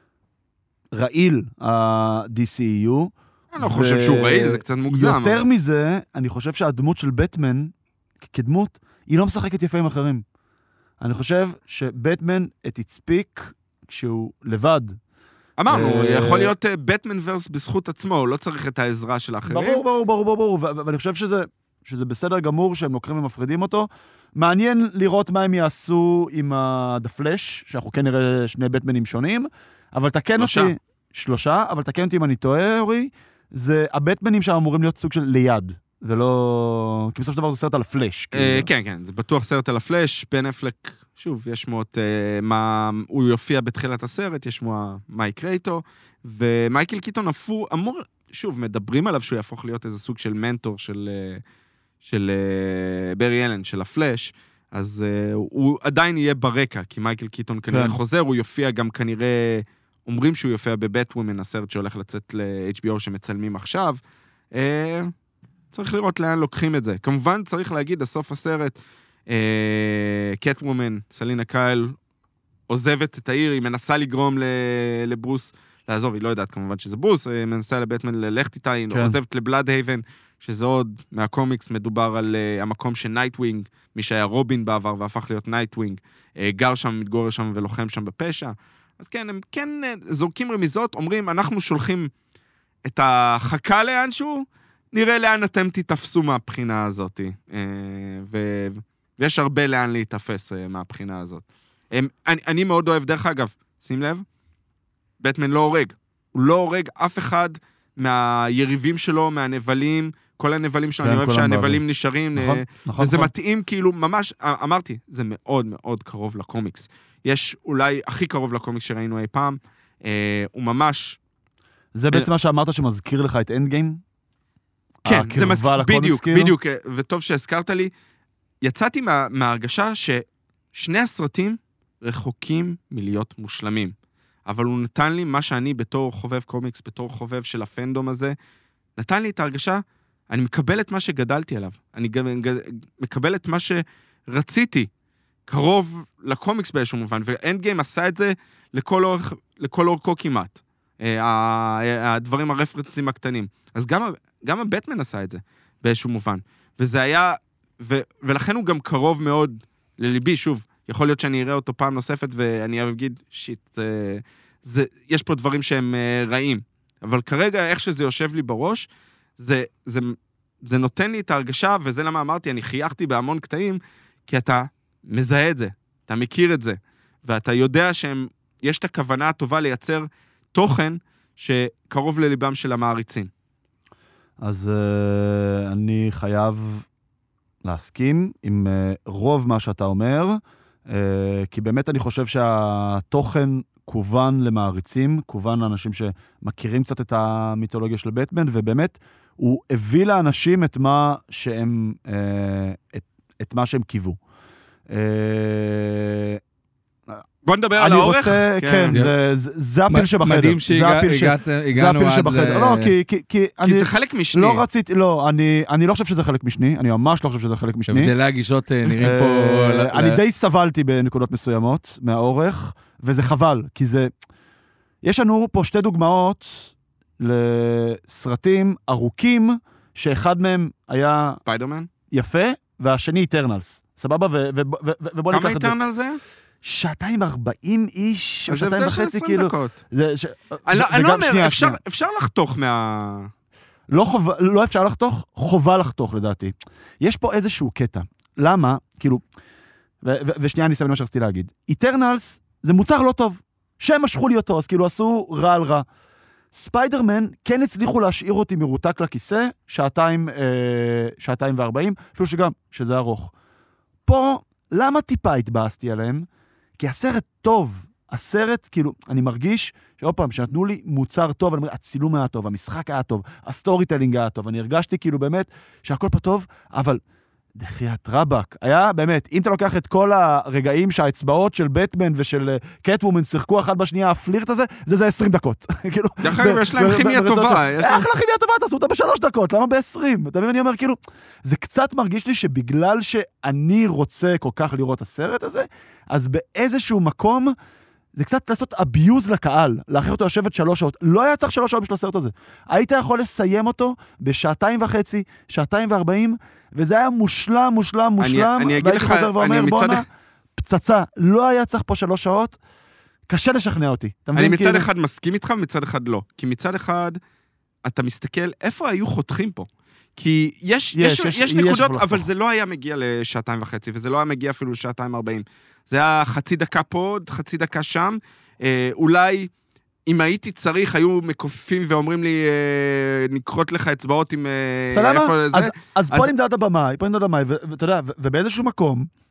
רעיל, ה-די סי יו, אני לא חושב שהוא רעיל, זה קצת מוגזם. יותר מזה, אני חושב שהדמות של בטמן, כדמות, היא לא משחקת יפה עם אחרים. אני חושב שבטמן את הצפיק כשהוא לבד. אמרנו, יכול להיות בטמן ורס בזכות עצמו, הוא לא צריך את העזרה של האחרים. ברור, ברור, ברור, ברור, ואני חושב שזה, שזה בסדר גמור שהם לוקחים ומפרידים אותו. מעניין לראות מה הם יעשו עם The Flash, שאנחנו כן נראה שני בטמנים שונים, אבל תקן אותי... שלושה, אבל תקן אותי אם אני טועה, אורי, זה הבטמנים שם אמורים להיות סוג של ליד, ולא... כי בסוף של דבר זה סרט על הפלאש. כן, כן, זה בטוח סרט על הפלאש, בן אפלק שוב, יש שמועות אה, מה... הוא יופיע בתחילת הסרט, יש שמועה מה יקרה איתו, ומייקל קיטון אפור, אמור, שוב, מדברים עליו שהוא יהפוך להיות איזה סוג של מנטור של, של אה, ברי אלן, של הפלאש, אז אה, הוא עדיין יהיה ברקע, כי מייקל קיטון כנראה כן. חוזר, הוא יופיע גם כנראה, אומרים שהוא יופיע בבטוומן, הסרט שהולך לצאת ל-אייץ' בי או שמצלמים עכשיו, אה, צריך לראות לאן לוקחים את זה. כמובן צריך להגיד, הסוף הסרט, קטוומן, סלינה קייל, עוזבת את העיר, היא מנסה לגרום לברוס, לעזוב, היא לא יודעת כמובן שזה ברוס, היא מנסה לבטמן ללכת איתה, היא עוזבת לבלאד הייבן, שזה עוד מהקומיקס מדובר על המקום שנייטווינג, מי שהיה רובין בעבר והפך להיות נייטווינג, גר שם, מתגורר שם ולוחם שם בפשע. אז כן, הם כן זורקים רמיזות, אומרים, אנחנו שולחים את החכה לאנשהו, נראה לאן אתם תתפסו מהבחינה הזאת. ו... ויש הרבה לאן להתאפס מהבחינה הזאת. אני, אני מאוד אוהב, דרך אגב, שים לב, בטמן לא הורג. הוא לא הורג אף אחד מהיריבים שלו, מהנבלים, כל הנבלים שלו, אני אוהב שהנבלים נשארים, וזה מתאים כאילו, ממש, אמרתי, זה מאוד מאוד קרוב לקומיקס. יש אולי הכי קרוב לקומיקס שראינו אי פעם, הוא ממש... זה בעצם מה שאמרת שמזכיר לך את אנד גיים? כן, זה מזכיר, בדיוק, בדיוק, וטוב שהזכרת לי, יצאתי מה, מההרגשה ששני הסרטים רחוקים מלהיות מושלמים, אבל הוא נתן לי מה שאני בתור חובב קומיקס, בתור חובב של הפנדום הזה, נתן לי את ההרגשה, אני מקבל את מה שגדלתי עליו, אני מקבל את מה שרציתי, קרוב לקומיקס באיזשהו מובן, ואנד גיים עשה את זה לכל אורך, לכל אורכו כמעט, הדברים הרפרנסים הקטנים, אז גם, גם הבטמן עשה את זה באיזשהו מובן, וזה היה... ו- ולכן הוא גם קרוב מאוד לליבי, שוב, יכול להיות שאני אראה אותו פעם נוספת, ואני אגיד, שיט, זה, זה, יש פה דברים שהם uh, רעים, אבל כרגע, איך שזה יושב לי בראש, זה, זה, זה נותן לי את ההרגשה, וזה למה אמרתי, אני חייכתי בהמון קטעים, כי אתה מזהה את זה, אתה מכיר את זה, ואתה יודע שיש את הכוונה הטובה לייצר תוכן, שקרוב לליבם של המעריצים. אז uh, אני חייב... להסכים עם uh, רוב מה שאתה אומר, uh, כי באמת אני חושב שהתוכן כוון למעריצים, כוון לאנשים שמכירים קצת את המיתולוגיה של בטמן, ובאמת הוא הביא לאנשים את מה שהם, uh, את, את מה שהם קיוו. Uh, בוא נדבר על האורך. רוצה, כן, זה הפיל שבחדר. מדהים שהגענו עד... לא, כי... כי זה חלק משני. לא רציתי, לא, אני לא חושב שזה חלק משני, אני ממש לא חושב שזה חלק משני. הבדלי הגישות נראים פה... אני די סבלתי בנקודות מסוימות מהאורך, וזה חבל, כי זה... יש לנו פה שתי דוגמאות לסרטים ארוכים, שאחד מהם היה... ספיידרמן? יפה, והשני איטרנלס. סבבה? ובוא ניקח את זה. כמה איטרנל זה? שעתיים ארבעים איש, או שעתיים וחצי, כאילו... ש... אני, אני לא אומר, שנייה, אפשר, אפשר לחתוך מה... לא, חובה, לא אפשר לחתוך, חובה לחתוך, לדעתי. יש פה איזשהו קטע. למה? כאילו... ו- ו- ושנייה, אני אסיים מה שרציתי להגיד. איטרנלס זה מוצר לא טוב. שהם משכו לי אותו, אז כאילו עשו רע על רע. ספיידרמן כן הצליחו להשאיר אותי מרותק לכיסא, שעתיים, אה, שעתיים וארבעים, אפילו שגם, שזה ארוך. פה, למה טיפה התבאסתי עליהם? כי הסרט טוב, הסרט, כאילו, אני מרגיש, שעוד פעם, שנתנו לי מוצר טוב, אני אומר, הצילום היה טוב, המשחק היה טוב, הסטורי טלינג היה טוב, אני הרגשתי כאילו באמת, שהכל פה טוב, אבל דחיית רבק, היה באמת, אם אתה לוקח את כל הרגעים שהאצבעות של בטמן ושל קטוומן שיחקו אחד בשנייה, הפלירט הזה, זה זה עשרים דקות. דרך אגב, יש להם כימיה טובה. איך לכימיה טובה? תעשו אותה בשלוש דקות, למה ב-עשרים? אתה מבין, אני אומר, כאילו, זה קצת מרגיש לי שבגלל שאני רוצה כל כך לראות הסרט הזה, אז באיזשהו מקום, זה קצת לעשות אביוז לקהל, להכריח אותו לשבת שלוש שעות. לא היה צריך שלוש שעות בשביל הסרט הזה. היית יכול לסיים אותו בשעתיים וחצי, שעתיים וארבעים, וזה היה מושלם, מושלם, מושלם. אני אגיד לך, ואומר, בונה, פצצה, לא היה צריך פה שלוש שעות, קשה לשכנע אותי. אני מצד אחד מסכים איתך, מצד אחד לא. כי מצד אחד, אתה מסתכל, איפה היו חותכים פה? כי יש, יש, יש, יש נקודות, אבל זה לא היה מגיע לשעתיים וחצי, וזה לא היה מגיע אפילו לשעתיים ארבעים. זה היה חצי דקה פה, חצי דקה שם. אה, אולי, אם הייתי צריך, היו מקופפים ואומרים לי, אה, נקרות לך אצבעות עם... אתה יודע מה? אז, אז פה נמדד הבמה, פה נמדד הבמה, ואתה יודע, ובאיזשהו מקום,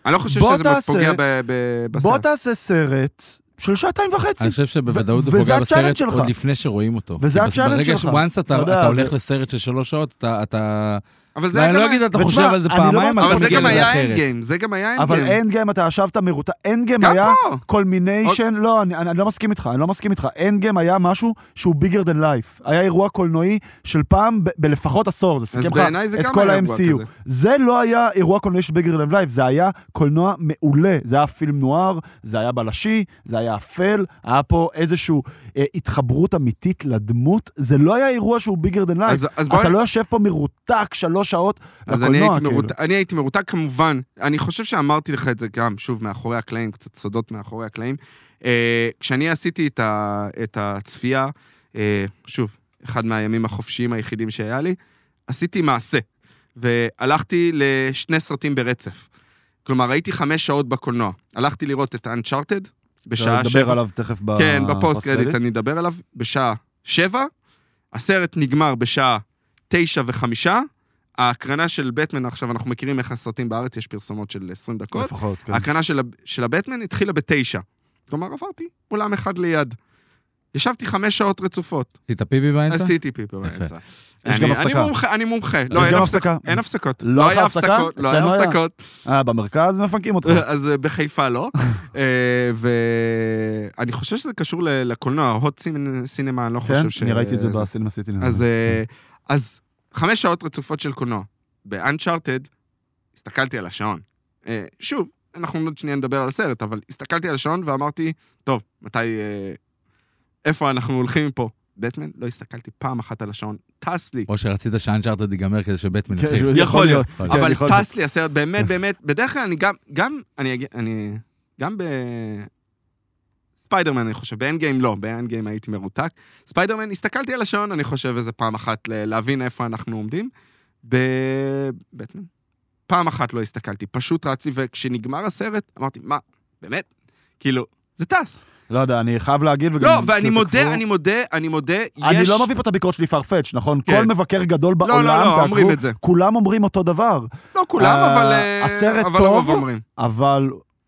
אני לא חושב בוא שזה תעשה- פוגע ב- ב- בסרט. בוא תעשה סרט של שעתיים וחצי. אני חושב שבוודאות זה וזה פוגע הצ'אלנג' בסרט שלך. עוד לפני שרואים אותו. וזה כי הצ'אלנג' ברגע שלך. ש-once אתה אתה יודע, אתה הולך ו- לסרט של שלוש שעות, אתה- אתה... אבל זה אני לא גם- אגיד, אתה ותשמע, חושב על זה אני לא פעמיים, רוצה- אבל זה מגיע גם לזה היה אחרת. אנד גיים, זה גם היה אנד אבל גיים. אנד גיים אתה ישבת מרוטה, אנד גיים גם היה פה. קולמיניישן, לא, אני, אני לא מסכים איתך, אני לא מסכים איתך. אנד גיים היה משהו שהוא bigger than life. היה אירוע קולנועי של פעם ב- בלפחות עשור, זה סיכם לך בעיניי זה את גם כל היה ה-אם אירוע סי יו. כזה. זה לא היה אירוע קולנועי של bigger than life, זה היה קולנוע מעולה. זה היה פילם נואר, זה היה בלשי, זה היה אפל, היה פה איזושהי אה, התחברות אמיתית לדמות. זה לא היה אירוע שהוא bigger than life. אז- אז בוא- אתה לא יושב פה מרותק שלוש שעות אז אני לקולנוע, הייתי, כאילו. מרות... אני הייתי מרותק כמובן, אני חושב שאמרתי לך את זה גם, שוב, מאחורי הקלעים, קצת סודות מאחורי הקלעים. אה, כשאני עשיתי את, ה... את הצפייה, אה, שוב, אחד מהימים החופשיים היחידים שהיה לי, עשיתי מעשה, והלכתי לשני סרטים ברצף. כלומר, הייתי חמש שעות בקולנוע. הלכתי לראות את Uncharted, בשעה נדבר שבע. עליו תכף ב... כן, בפוסט בפוסט קרדיט קרדיט. אני אדבר עליו, בשעה שבע, הסרט נגמר בשעה תשע וחמישה, ההקרנה של בטמן, עכשיו אנחנו מכירים איך הסרטים בארץ, יש פרסומות של עשרים דקות, לפחות, כן. ההקרנה של, ה- של הבטמן התחילה בתשע. כלומר, עברתי אולם אחד ליד. ישבתי חמש שעות רצופות. עשית פיבי באמצע? עשיתי פיפי באמצע. יש אני- גם אני הפסקה. מומחה, אני מומחה. לא, אין גם הפסק- הפסקה. אין הפסקות. לא לא היה היה הפסקה? הפסקות. לא היה אצלנו היה. הפסקות. אה, במרכז מפנקים אותך. אז אה, בחיפה לא. אה, ואני חושב שזה קשור ל- לקולנוע, הוט סינמה, אני לא כן, חושב ש... אני ראיתי את זה זה- בסינמה סיטי. אז, אה, אז חמש שעות רצופות של קולנוע. ב-Uncharted, הסתכלתי על השעון. אה, שוב, אנחנו עוד שנייה נדבר על הסרט, אבל הסתכלתי על השעון ואמרתי, טוב, מתי... אה, איפה אנחנו הולכים מפה? בטמן, לא הסתכלתי פעם אחת על השעון, טס לי. או שרצית שאנצ'ארטד ייגמר כדי שבטמן כן, יתחיל. יכול להיות, כן, אבל יכול להיות. טס לי הסרט, באמת, באמת, בדרך כלל אני גם, גם, אני אגיד, אני, גם ב... ספיידרמן, אני חושב, באנד גיים לא, באנד גיים הייתי מרותק. ספיידרמן, הסתכלתי על השעון, אני חושב איזה פעם אחת ל- להבין איפה אנחנו עומדים. בבטמן, פעם אחת לא הסתכלתי, פשוט רצתי, וכשנגמר הסרט, אמרתי, מה, באמת? כאילו, זה טס. לא יודע, אני חייב להגיד וגם... לא, ואני כאילו, מודה, תקחו- אני מודה, אני מודה, אני יש... לא מביא פה את הביקורת שלי פרפץ', נכון? כן. כל מבקר גדול בעולם, לא, לא, תעקבו, אומרים את זה. כולם אומרים אותו דבר, לא כולם, אה, אבל... אה, הסרט אבל טוב. הרוב אומרים. אבל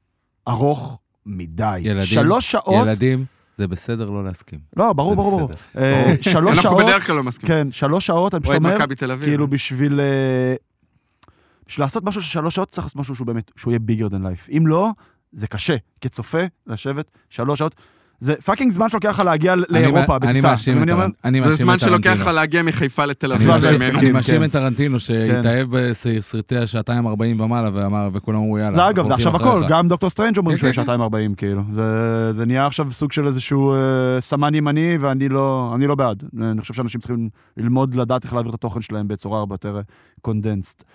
ארוך מדי. ילדים, שלוש שעות... ילדים, זה בסדר לא להסכים. לא, ברור, זה ברור, ברור. בסדר. אה, שלוש אנחנו שעות... בדרך כלל לא מסכימים. כן, שלוש שעות, אני פשוט אוהד אומר, מכבי תל אביב. כאילו בשביל... אה, בשביל לעשות משהו של שלוש שעות, צריך לעשות משהו שהוא באמת, שהוא יהיה bigger than life. אם לא, זה קשה. כצופה, לשבת שלוש שעות. זה פאקינג זמן שלוקח לך להגיע לאירופה, אני בטיסה. מאשים אני את אומר, טרנ- אני זה מאשים זמן את שלוקח לך טרנטינו. להגיע מחיפה לתל אני אביב. מאשים- ממנו. אני כן, מאשים כן. את טרנטינו שהתאהב בסרטי השעתיים ארבעים ומעלה, ואמר, וכולם אמרו יאללה. זה אגב, זה אנחנו עכשיו הולכים הכל, אחריך." גם דוקטור סטרנג' אומרים כן, שהוא יהיה כן, שעתיים ארבעים, כאילו. זה- זה נהיה עכשיו סוג של איזשהו אה, סמן ימני, ואני לא אני לא בעד. אני חושב שאנשים צריכים ללמוד לדעת איך להעביר את התוכן שלהם בצורה הרבה יותר קונדנסט.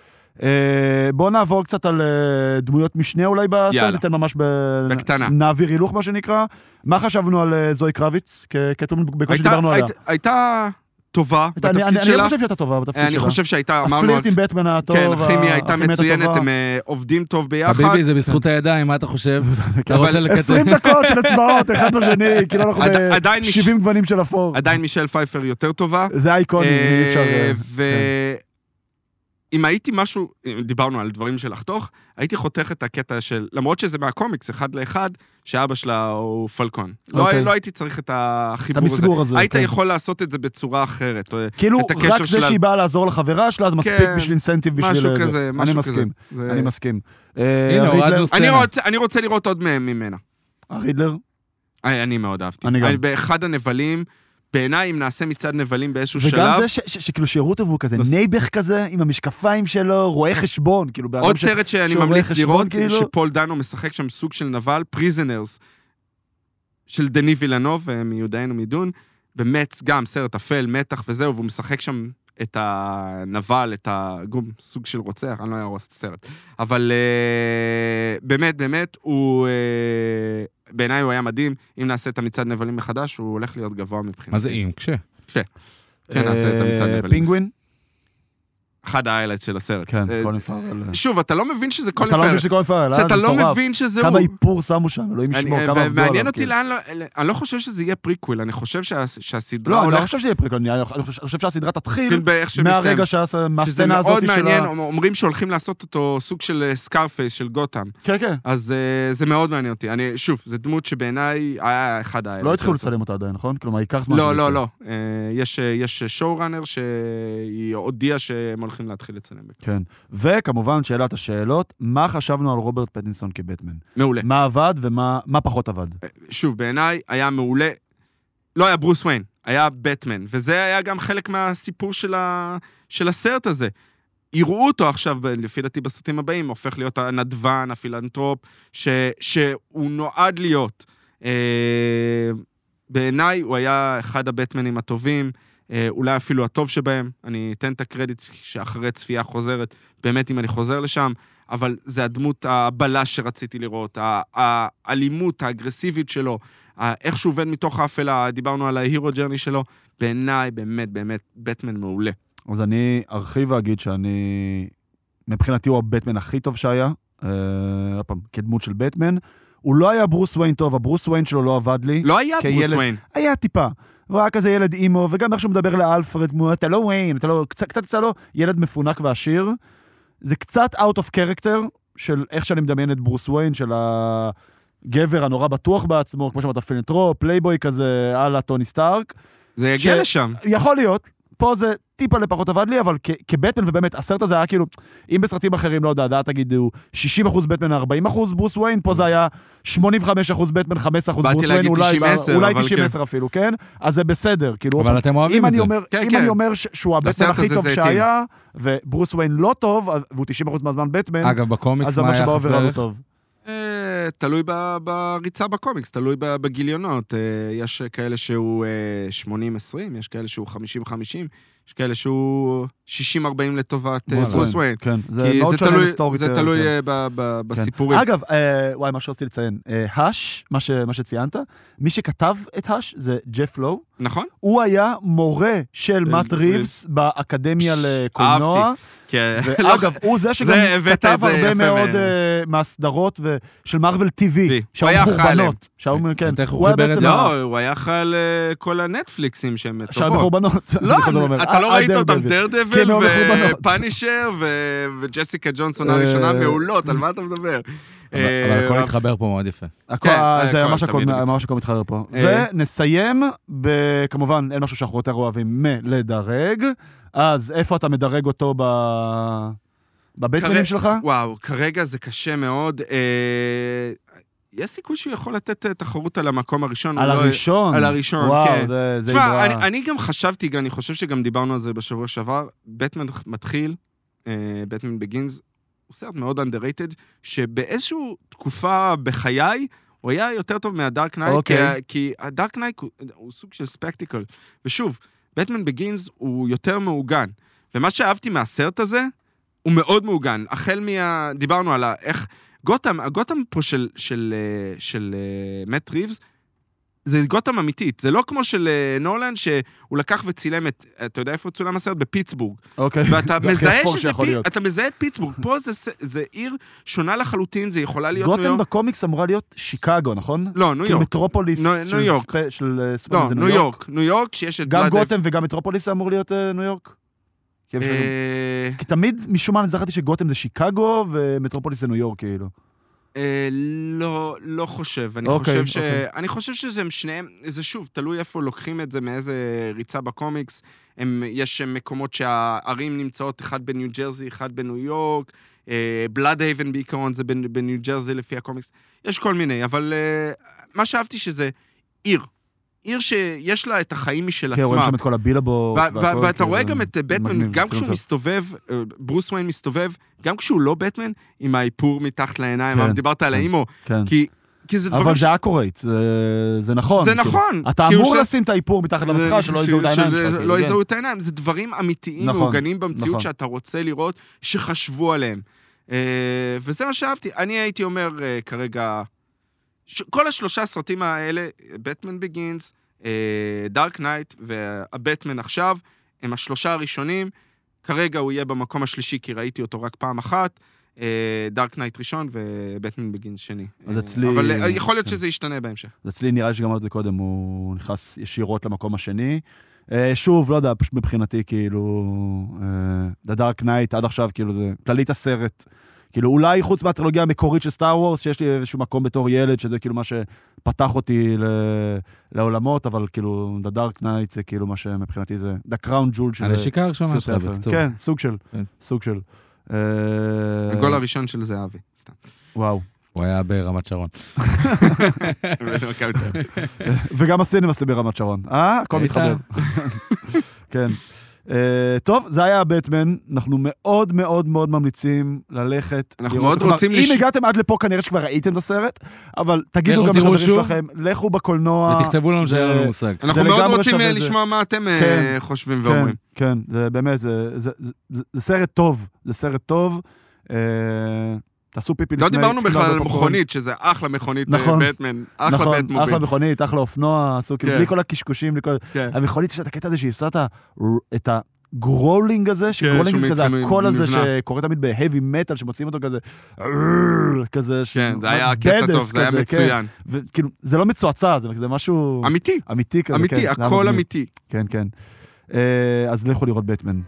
בואו נעבור קצת על אה, דמויות משנה אולי בסרט, יאללה. ניתן ממש ב... בקטנה. נעביר הילוך מה שנקרא. מה חשבנו על אה, זוהי קרביץ? כ- כתוב בקושי הייתה- דיברנו עליה. היית- הייתה טובה הייתה- אני- אני בתפקיד אני שלה. חושב שהייתה טובה בתפקיד אני שלה. חושב שהייתה, אמרנו... הפלירט עם בטמן היה טוב. כן, הכימיה הייתה הכימיה מצוינת, טובה. הם אה, עובדים טוב ביחד. חביבי, זה בזכות הידיים, מה אתה חושב? אתה רוצה לקצר? עשרים דקות של אצבעות, אחד בשני, כאילו אנחנו עד- עדיין מש- ב-שבעים גוונים של אפור. עדיין מישל פייפר יותר טובה. זה אייקוני, אי אפשר... אה, אה, ואם הייתי משהו, דיברנו על דברים של לחתוך, הייתי חותך את הקטע של, למרות שזה מהקומיקס, אחד לאחד, שאבא שלה הוא פלקון. לא אוקיי. לא הייתי צריך את את החיבור הזה. המסגור הזה. היית כן. יכול לעשות את זה בצורה אחרת. או כאילו, את הקשר רק זה שלה- שהיא באה לעזור לחברה שלה, זה מספיק כן, בשביל אינסנטיב בשביל... משהו זה. כזה, אני משהו כזה. מסכים, זה- אני מסכים. הנה, אה, הורדנו הרידלר- סצנה. אני רוצה- אני רוצה לראות עוד מהם ממנה. הרידלר? אני אני מאוד אהבתי. אני גם. באחד הנבלים, בעיניי, אם נעשה מצד נבלים באיזשהו שלב... וגם זה ש- ש- שכאילו שירו אותו והוא כזה נוס- נייבך כזה, עם המשקפיים שלו, רואה חשבון, כאילו... בן עוד אדם ש- סרט שאני שהוא רואה ממליץ חשבון, לראות, כאילו. שפול דנו משחק שם סוג של נבל, פריזנרס, של דני וילנוב, אה, מיודענו מדון, באמת גם סרט אפל, מתח וזהו, והוא משחק שם את הנבל, את הגום, סוג של רוצח, אני לא ארוס את הסרט. אבל אה, באמת, באמת, הוא... אה, בעיניי הוא היה מדהים, אם נעשה את המצעד נבלים מחדש, הוא הולך להיות גבוה מבחינת. מה זה אם? כש? כן, נעשה את המצעד אה, נבלים. פינגווין? אחד האיילייטס של הסרט. כן, קולין פארל. שוב, אתה לא מבין שזה קולין אתה פארל. לא מבין שזה קולין פארל, שאתה לא מבין שזה הוא. כמה איפור שמו שם, אלוהים ישמור, כמה עבדו עליו. ומעניין אותי לאן, אני לא חושב שזה יהיה פריקוויל, אני חושב שהסדרה לא, אני לא חושב שזה יהיה פריקוויל, אני חושב שהסדרה תתחיל מהרגע מהסצנה הזאת שלה... שזה מאוד מעניין, אומרים שהולכים לעשות אותו סוג של סקארפייס, של גותם. כן, כן. אז זה מאוד מעניין אותי. אני, שוב, זה דמות שבעיניי היה אחד האלה. לא התחילו לצלם אותה עדיין, נכון? כלומר, עיקר זמן לא, לא, לא. יש שואו-ראנר שהיא הודיעה שהם הולכים להתחיל לצלם. כן. וכמובן, שאלת השאלות, מה חשבנו על רוברט פטינסון כבטמן? מעולה. מה עבד ומה פחות עבד? שוב, בעיניי היה מעולה. לא היה ברוס וויין, היה בטמן. וזה היה גם חלק מהסיפור של, ה... של הסרט הזה. יראו אותו עכשיו, לפי דעתי בסרטים הבאים, הופך להיות הנדוון, הפילנטרופ, ש... שהוא נועד להיות. אה... בעיניי הוא היה אחד הבטמנים הטובים, אולי אפילו הטוב שבהם. אני אתן את הקרדיט שאחרי צפייה חוזרת, באמת אם אני חוזר לשם, אבל זה הדמות הבלש שרציתי לראות, האלימות, האגרסיבית שלו, איך שהוא עובד מתוך האפלה, דיברנו על ההירו ג'רני שלו, בעיניי באמת באמת בטמן מעולה. אז אני ארחיב ואגיד שאני, מבחינתי הוא הבטמן הכי טוב שהיה, אה, פעם, כדמות של בטמן, הוא לא היה ברוס וויין טוב, הברוס וויין שלו לא עבד לי. לא היה כילד, ברוס וויין. היה טיפה. הוא היה כזה ילד אימו, וגם איך שהוא מדבר לאלפרד, אתה לא וויין, אתה לא, קצת, קצת קצת לא, ילד מפונק ועשיר. זה קצת out of character של איך שאני מדמיין את ברוס וויין, של הגבר הנורא בטוח בעצמו, כמו שאמרת פילנטרופ, פלייבוי כזה, על טוני סטארק. זה יגיע ש... לשם. יכול להיות. פה זה טיפה לפחות עבד לי, אבל כבטמן, ובאמת, הסרט הזה היה כאילו, אם בסרטים אחרים, לא יודע, דעת תגידו, שישים אחוז בטמן, ארבעים אחוז ברוס וויין, פה זה היה שמונים וחמישה אחוז בטמן, חמישה עשר אחוז ברוס וויין, אולי תשעים עשר אפילו, כן? אז זה בסדר, כאילו, אבל אתם אוהבים את זה. אם אני אומר שהוא הבטמן הכי טוב שהיה, וברוס וויין לא טוב, והוא תשעים אחוז מהזמן בטמן, אגב, בקומיקס מה היה חסר? תלוי בריצה בקומיקס, תלוי בגיליונות. יש כאלה שהוא שמונים עשרים, יש כאלה שהוא חמישים חמישים, יש כאלה שהוא שישים ארבעים לטובת ברוס וויין. כן, זה מאוד שונה לסטורית. זה תלוי בסיפורים. אגב, וואי, מה שרציתי לציין, האש, מה שציינת, מי שכתב את האש זה ג'ף לואו. נכון. הוא היה מורה של מאט ריבס באקדמיה לקולנוע. אהבתי. ואגב, הוא זה שגם כתב הרבה מאוד מהסדרות של מרוול טיווי, שהיו מחורבנות. הוא היה בעצם... לא, הוא היה אחראי על כל הנטפליקסים שהם טובות. שהיו מחורבנות. לא, אתה לא ראית אותם, דרדבל ופאנישר וג'סיקה ג'ונסון הראשונה מעולות, על מה אתה מדבר? אבל הכל מתחבר פה מאוד יפה. זה ממש הכל מתחבר פה. ונסיים, כמובן, אין משהו שאנחנו יותר אוהבים מלדרג, אז איפה אתה מדרג אותו בבטמנים שלך? וואו, כרגע זה קשה מאוד. יש סיכוי שהוא יכול לתת תחרות על המקום הראשון. על הראשון? על הראשון, כן. וואו, זה יברא. אני גם חשבתי, אני חושב שגם דיברנו על זה בשבוע שעבר, בטמן מתחיל, בטמן בגינס, הוא סרט מאוד underrated, שבאיזושהי תקופה בחיי, הוא היה יותר טוב מהדארק נייט, כי הדארק נייט הוא סוג של ספקטיקל. ושוב, בטמן בגינס הוא יותר מעוגן. ומה שאהבתי מהסרט הזה, הוא מאוד מעוגן. החל מה... דיברנו על איך... גותם, הגותם פה של, של, של מאט ריבס, זה גותם אמיתית. זה לא כמו של נולן, שהוא לקח וצילם את... אתה יודע איפה צולם הסרט? בפיטסבורג. אוקיי. ואתה מזהה שזה... פי, אתה מזהה את פיטסבורג. פה זה, זה עיר שונה לחלוטין, זה יכולה להיות... גותם בקומיקס אמורה להיות שיקגו, נכון? לא, ניו יורק. מטרופוליס ניו יורק. של... לא, ניו יורק. ניו יורק שיש את... גם גותם וגם מטרופוליס אמור להיות ניו יורק? כי תמיד משום מה אני זכרתי שגותם זה שיקגו ומטרופוליס זה ניו יורק, כאילו. לא, לא חושב. אני חושב ש... אני חושב שזה שניהם, זה שוב, תלוי איפה לוקחים את זה, מאיזה ריצה בקומיקס. יש מקומות שהערים נמצאות, אחד בניו ג'רזי, אחד בניו יורק, בלאד הייבן בעיקרון זה בניו ג'רזי לפי הקומיקס. יש כל מיני, אבל מה שאהבתי שזה עיר. עיר שיש לה את החיים משל עצמה. כן, רואים שם את כל הבילבורס. ואתה רואה גם את בטמן, גם כשהוא מסתובב, ברוס וויין מסתובב, גם כשהוא לא בטמן, עם האיפור מתחת לעיניים, דיברת על האימו, כי זה דברים... אבל זה אקורייט, זה נכון. זה נכון. אתה אמור לשים את האיפור מתחת למסכה, שלא יזהו את העיניים שלך. לא יזהו את העיניים, זה דברים אמיתיים, מעוגנים במציאות שאתה רוצה לראות, שחשבו עליהם. וזה מה שאהבתי. אני הייתי אומר כרגע... כל השלושה הסרטים האלה, בטמן בגינס, דארק נייט והבטמן עכשיו, הם השלושה הראשונים, כרגע הוא יהיה במקום השלישי, כי ראיתי אותו רק פעם אחת, דארק נייט ראשון ובטמן בגינס שני. אז אצלי... אבל יכול להיות שזה ישתנה בהמשך. אז אצלי נראה שגם אמרתי את זה קודם, הוא נכנס ישירות למקום השני. שוב, לא יודע, פשוט מבחינתי, כאילו, דארק נייט עד עכשיו, כאילו, זה כללית הסרט. כאילו, אולי חוץ מהטרילוגיה המקורית של סטאר וורס, שיש לי איזשהו מקום בתור ילד, שזה כאילו מה שפתח אותי לעולמות, אבל כאילו, The Dark Knight זה כאילו מה שמבחינתי זה, The Crown Jewel של... הנשיקה הראשונה שלך, בקצור. כן, סוג של, סוג של. הגול הראשון של זהבי, סתם. וואו. הוא היה ברמת שרון. וגם הסינמס ברמת שרון. אה? הכל מתחבר. כן. טוב, זה היה הבטמן, אנחנו מאוד מאוד מאוד ממליצים ללכת. אנחנו מאוד רוצים... אם הגעתם עד לפה, כנראה שכבר ראיתם את הסרט, אבל תגידו גם לחברים שלכם, לכו בקולנוע. ותכתבו לנו שאין לנו מושג. אנחנו מאוד רוצים לשמוע מה אתם חושבים ואומרים. כן, זה באמת, זה סרט טוב, זה סרט טוב. תעשו פיפי לפני. לא דיברנו בכלל על מכונית, שזה אחלה מכונית בטמן, אחלה בט מוביל. אחלה מכונית, אחלה אופנוע, עשו כאילו, בלי כל הקשקושים, המכונית יש את הקטע הזה שהיא עושה את הגרולינג הזה, שגרולינג זה כזה, הקול הזה שקורה תמיד בהאבי מטל, שמוצאים אותו כזה, כזה, כן, זה היה קטע טוב, זה היה מצוין. וכאילו, זה לא מצועצע, זה משהו... אמיתי. אמיתי כזה, אמיתי, הכל אמיתי. כן, כן. אז לכו לראות בטמן.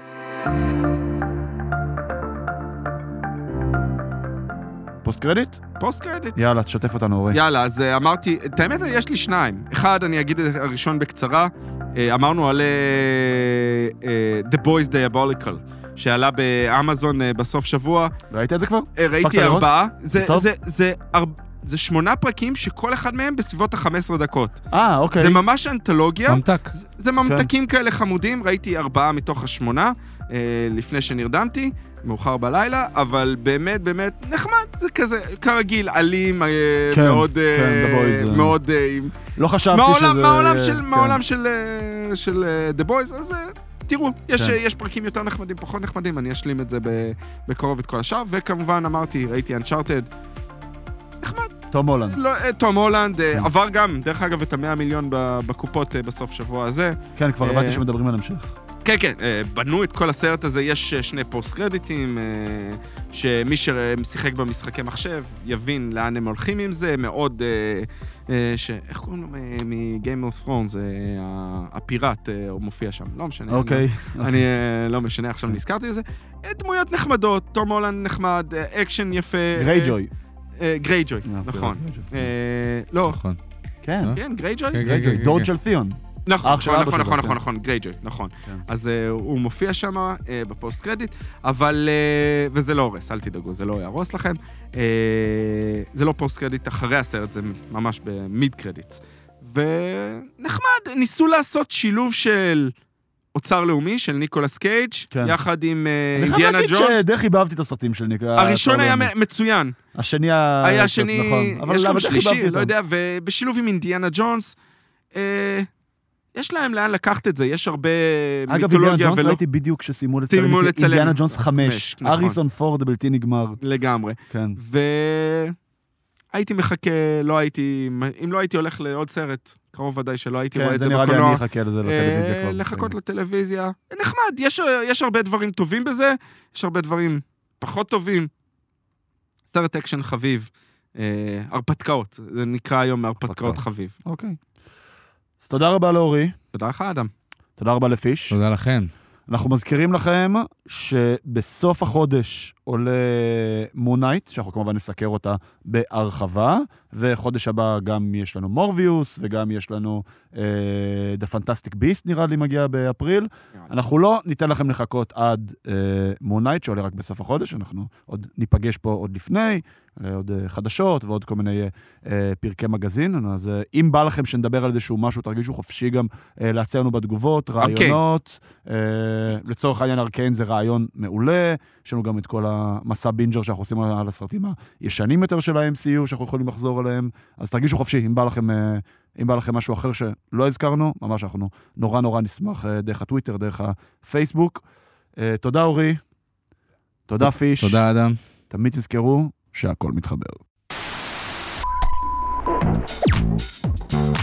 פוסט קרדיט? פוסט קרדיט. יאללה, תשתף אותנו, אורי. יאללה, אז אמרתי, את האמת, יש לי שניים. אחד, אני אגיד את הראשון בקצרה. אמרנו על The Boys Diabolical, שעלה באמזון בסוף שבוע. ראית את זה כבר? ראיתי ארבעה. זה שמונה פרקים שכל אחד מהם בסביבות ה-חמש עשרה דקות. אה, אוקיי. זה ממש אנתולוגיה. ממתק. זה ממתקים כאלה חמודים. ראיתי ארבעה מתוך השמונה, לפני שנרדמתי. מאוחר בלילה, אבל באמת, באמת נחמד, זה כזה, כרגיל, אלים, מאוד, מאוד, לא חשבתי שזה... מהעולם של The Boys, אז תראו, יש פרקים יותר נחמדים, פחות נחמדים, אני אשלים את זה בקרוב את כל השאר, וכמובן אמרתי, ראיתי Uncharted, נחמד. תום הולנד. תום הולנד, עבר גם, דרך אגב, את המאה מיליון בקופות בסוף שבוע הזה. כן, כבר הבנתי שמדברים על המשך. כן, כן, בנו את כל הסרט הזה, יש שני פוסט קרדיטים, שמי ששיחק במשחקי מחשב יבין לאן הם הולכים עם זה, מאוד, איך קוראים לו מ-Game of Thrones, הפיראט, הוא מופיע שם, לא משנה. אוקיי. אני לא משנה, עכשיו נזכרתי את זה. דמויות נחמדות, תום הולנד נחמד, אקשן יפה. גרייג'וי. גרייג'וי, נכון. לא. נכון. כן. כן, גרייג'וי. דוד של תיאון. נכון, נכון, נכון, נכון, נכון, גרייג'וי, נכון. אז הוא מופיע שם בפוסט קרדיט, אבל, וזה לא הורס, אל תדאגו, זה לא יהרוס לכם. זה לא פוסט קרדיט אחרי הסרט, זה ממש במיד קרדיטס. ונחמד, ניסו לעשות שילוב של אוצר לאומי, של ניקולס קייג', יחד עם אינדיאנה ג'ונס. אני חייב להגיד שדי חיבבתי את הסרטים של ניקולס. הראשון היה מצוין. השני היה שני, יש גם שלישי, לא יודע, ובשילוב עם אינדיאנה ג'ונס, יש להם לאן לקחת את זה, יש הרבה מיתולוגיה. אגב, אינדיאנה ג'ונס ראיתי בדיוק שסיימו לצלם את אינדיאנה ג'ונס חמש. אריסון פורד הבלתי נגמר. לגמרי. כן. והייתי מחכה, לא הייתי, אם לא הייתי הולך לעוד סרט, קרוב ודאי שלא הייתי רואה את זה בקולנוע. כן, זה נראה לי אני אחכה לזה לטלוויזיה כבר. לחכות לטלוויזיה. נחמד, יש הרבה דברים טובים בזה, יש הרבה דברים פחות טובים. סרט אקשן חביב. הרפתקאות, זה נקרא היום הרפתקאות חביב. אוקיי. אז תודה רבה לאורי. תודה לך, אדם. תודה רבה לפיש. תודה לכם. אנחנו מזכירים לכם שבסוף החודש עולה מונייט, שאנחנו כמובן נסקר אותה בהרחבה, וחודש הבא גם יש לנו מורביוס, וגם יש לנו uh, The Fantastic Beast, נראה לי מגיע באפריל. אנחנו לא ניתן לכם לחכות עד מונייט, uh, שעולה רק בסוף החודש, אנחנו עוד ניפגש פה עוד לפני, עוד uh, חדשות ועוד כל מיני uh, פרקי מגזין. אז uh, אם בא לכם שנדבר על איזשהו משהו, תרגישו חופשי גם uh, להציע לנו בתגובות, רעיונות. Okay. Uh, לצורך העניין ארקיין זה רעיון מעולה, יש לנו גם את כל המסע בינג'ר שאנחנו עושים על הסרטים הישנים יותר של ה-אם סי יו, שאנחנו יכולים לחזור עליהם, אז תרגישו חופשי, אם בא לכם, אם בא לכם משהו אחר שלא הזכרנו, ממש אנחנו נורא נורא נשמח דרך הטוויטר, דרך הפייסבוק. תודה אורי, תודה פיש. תודה אדם. תמיד תזכרו שהכל מתחבר.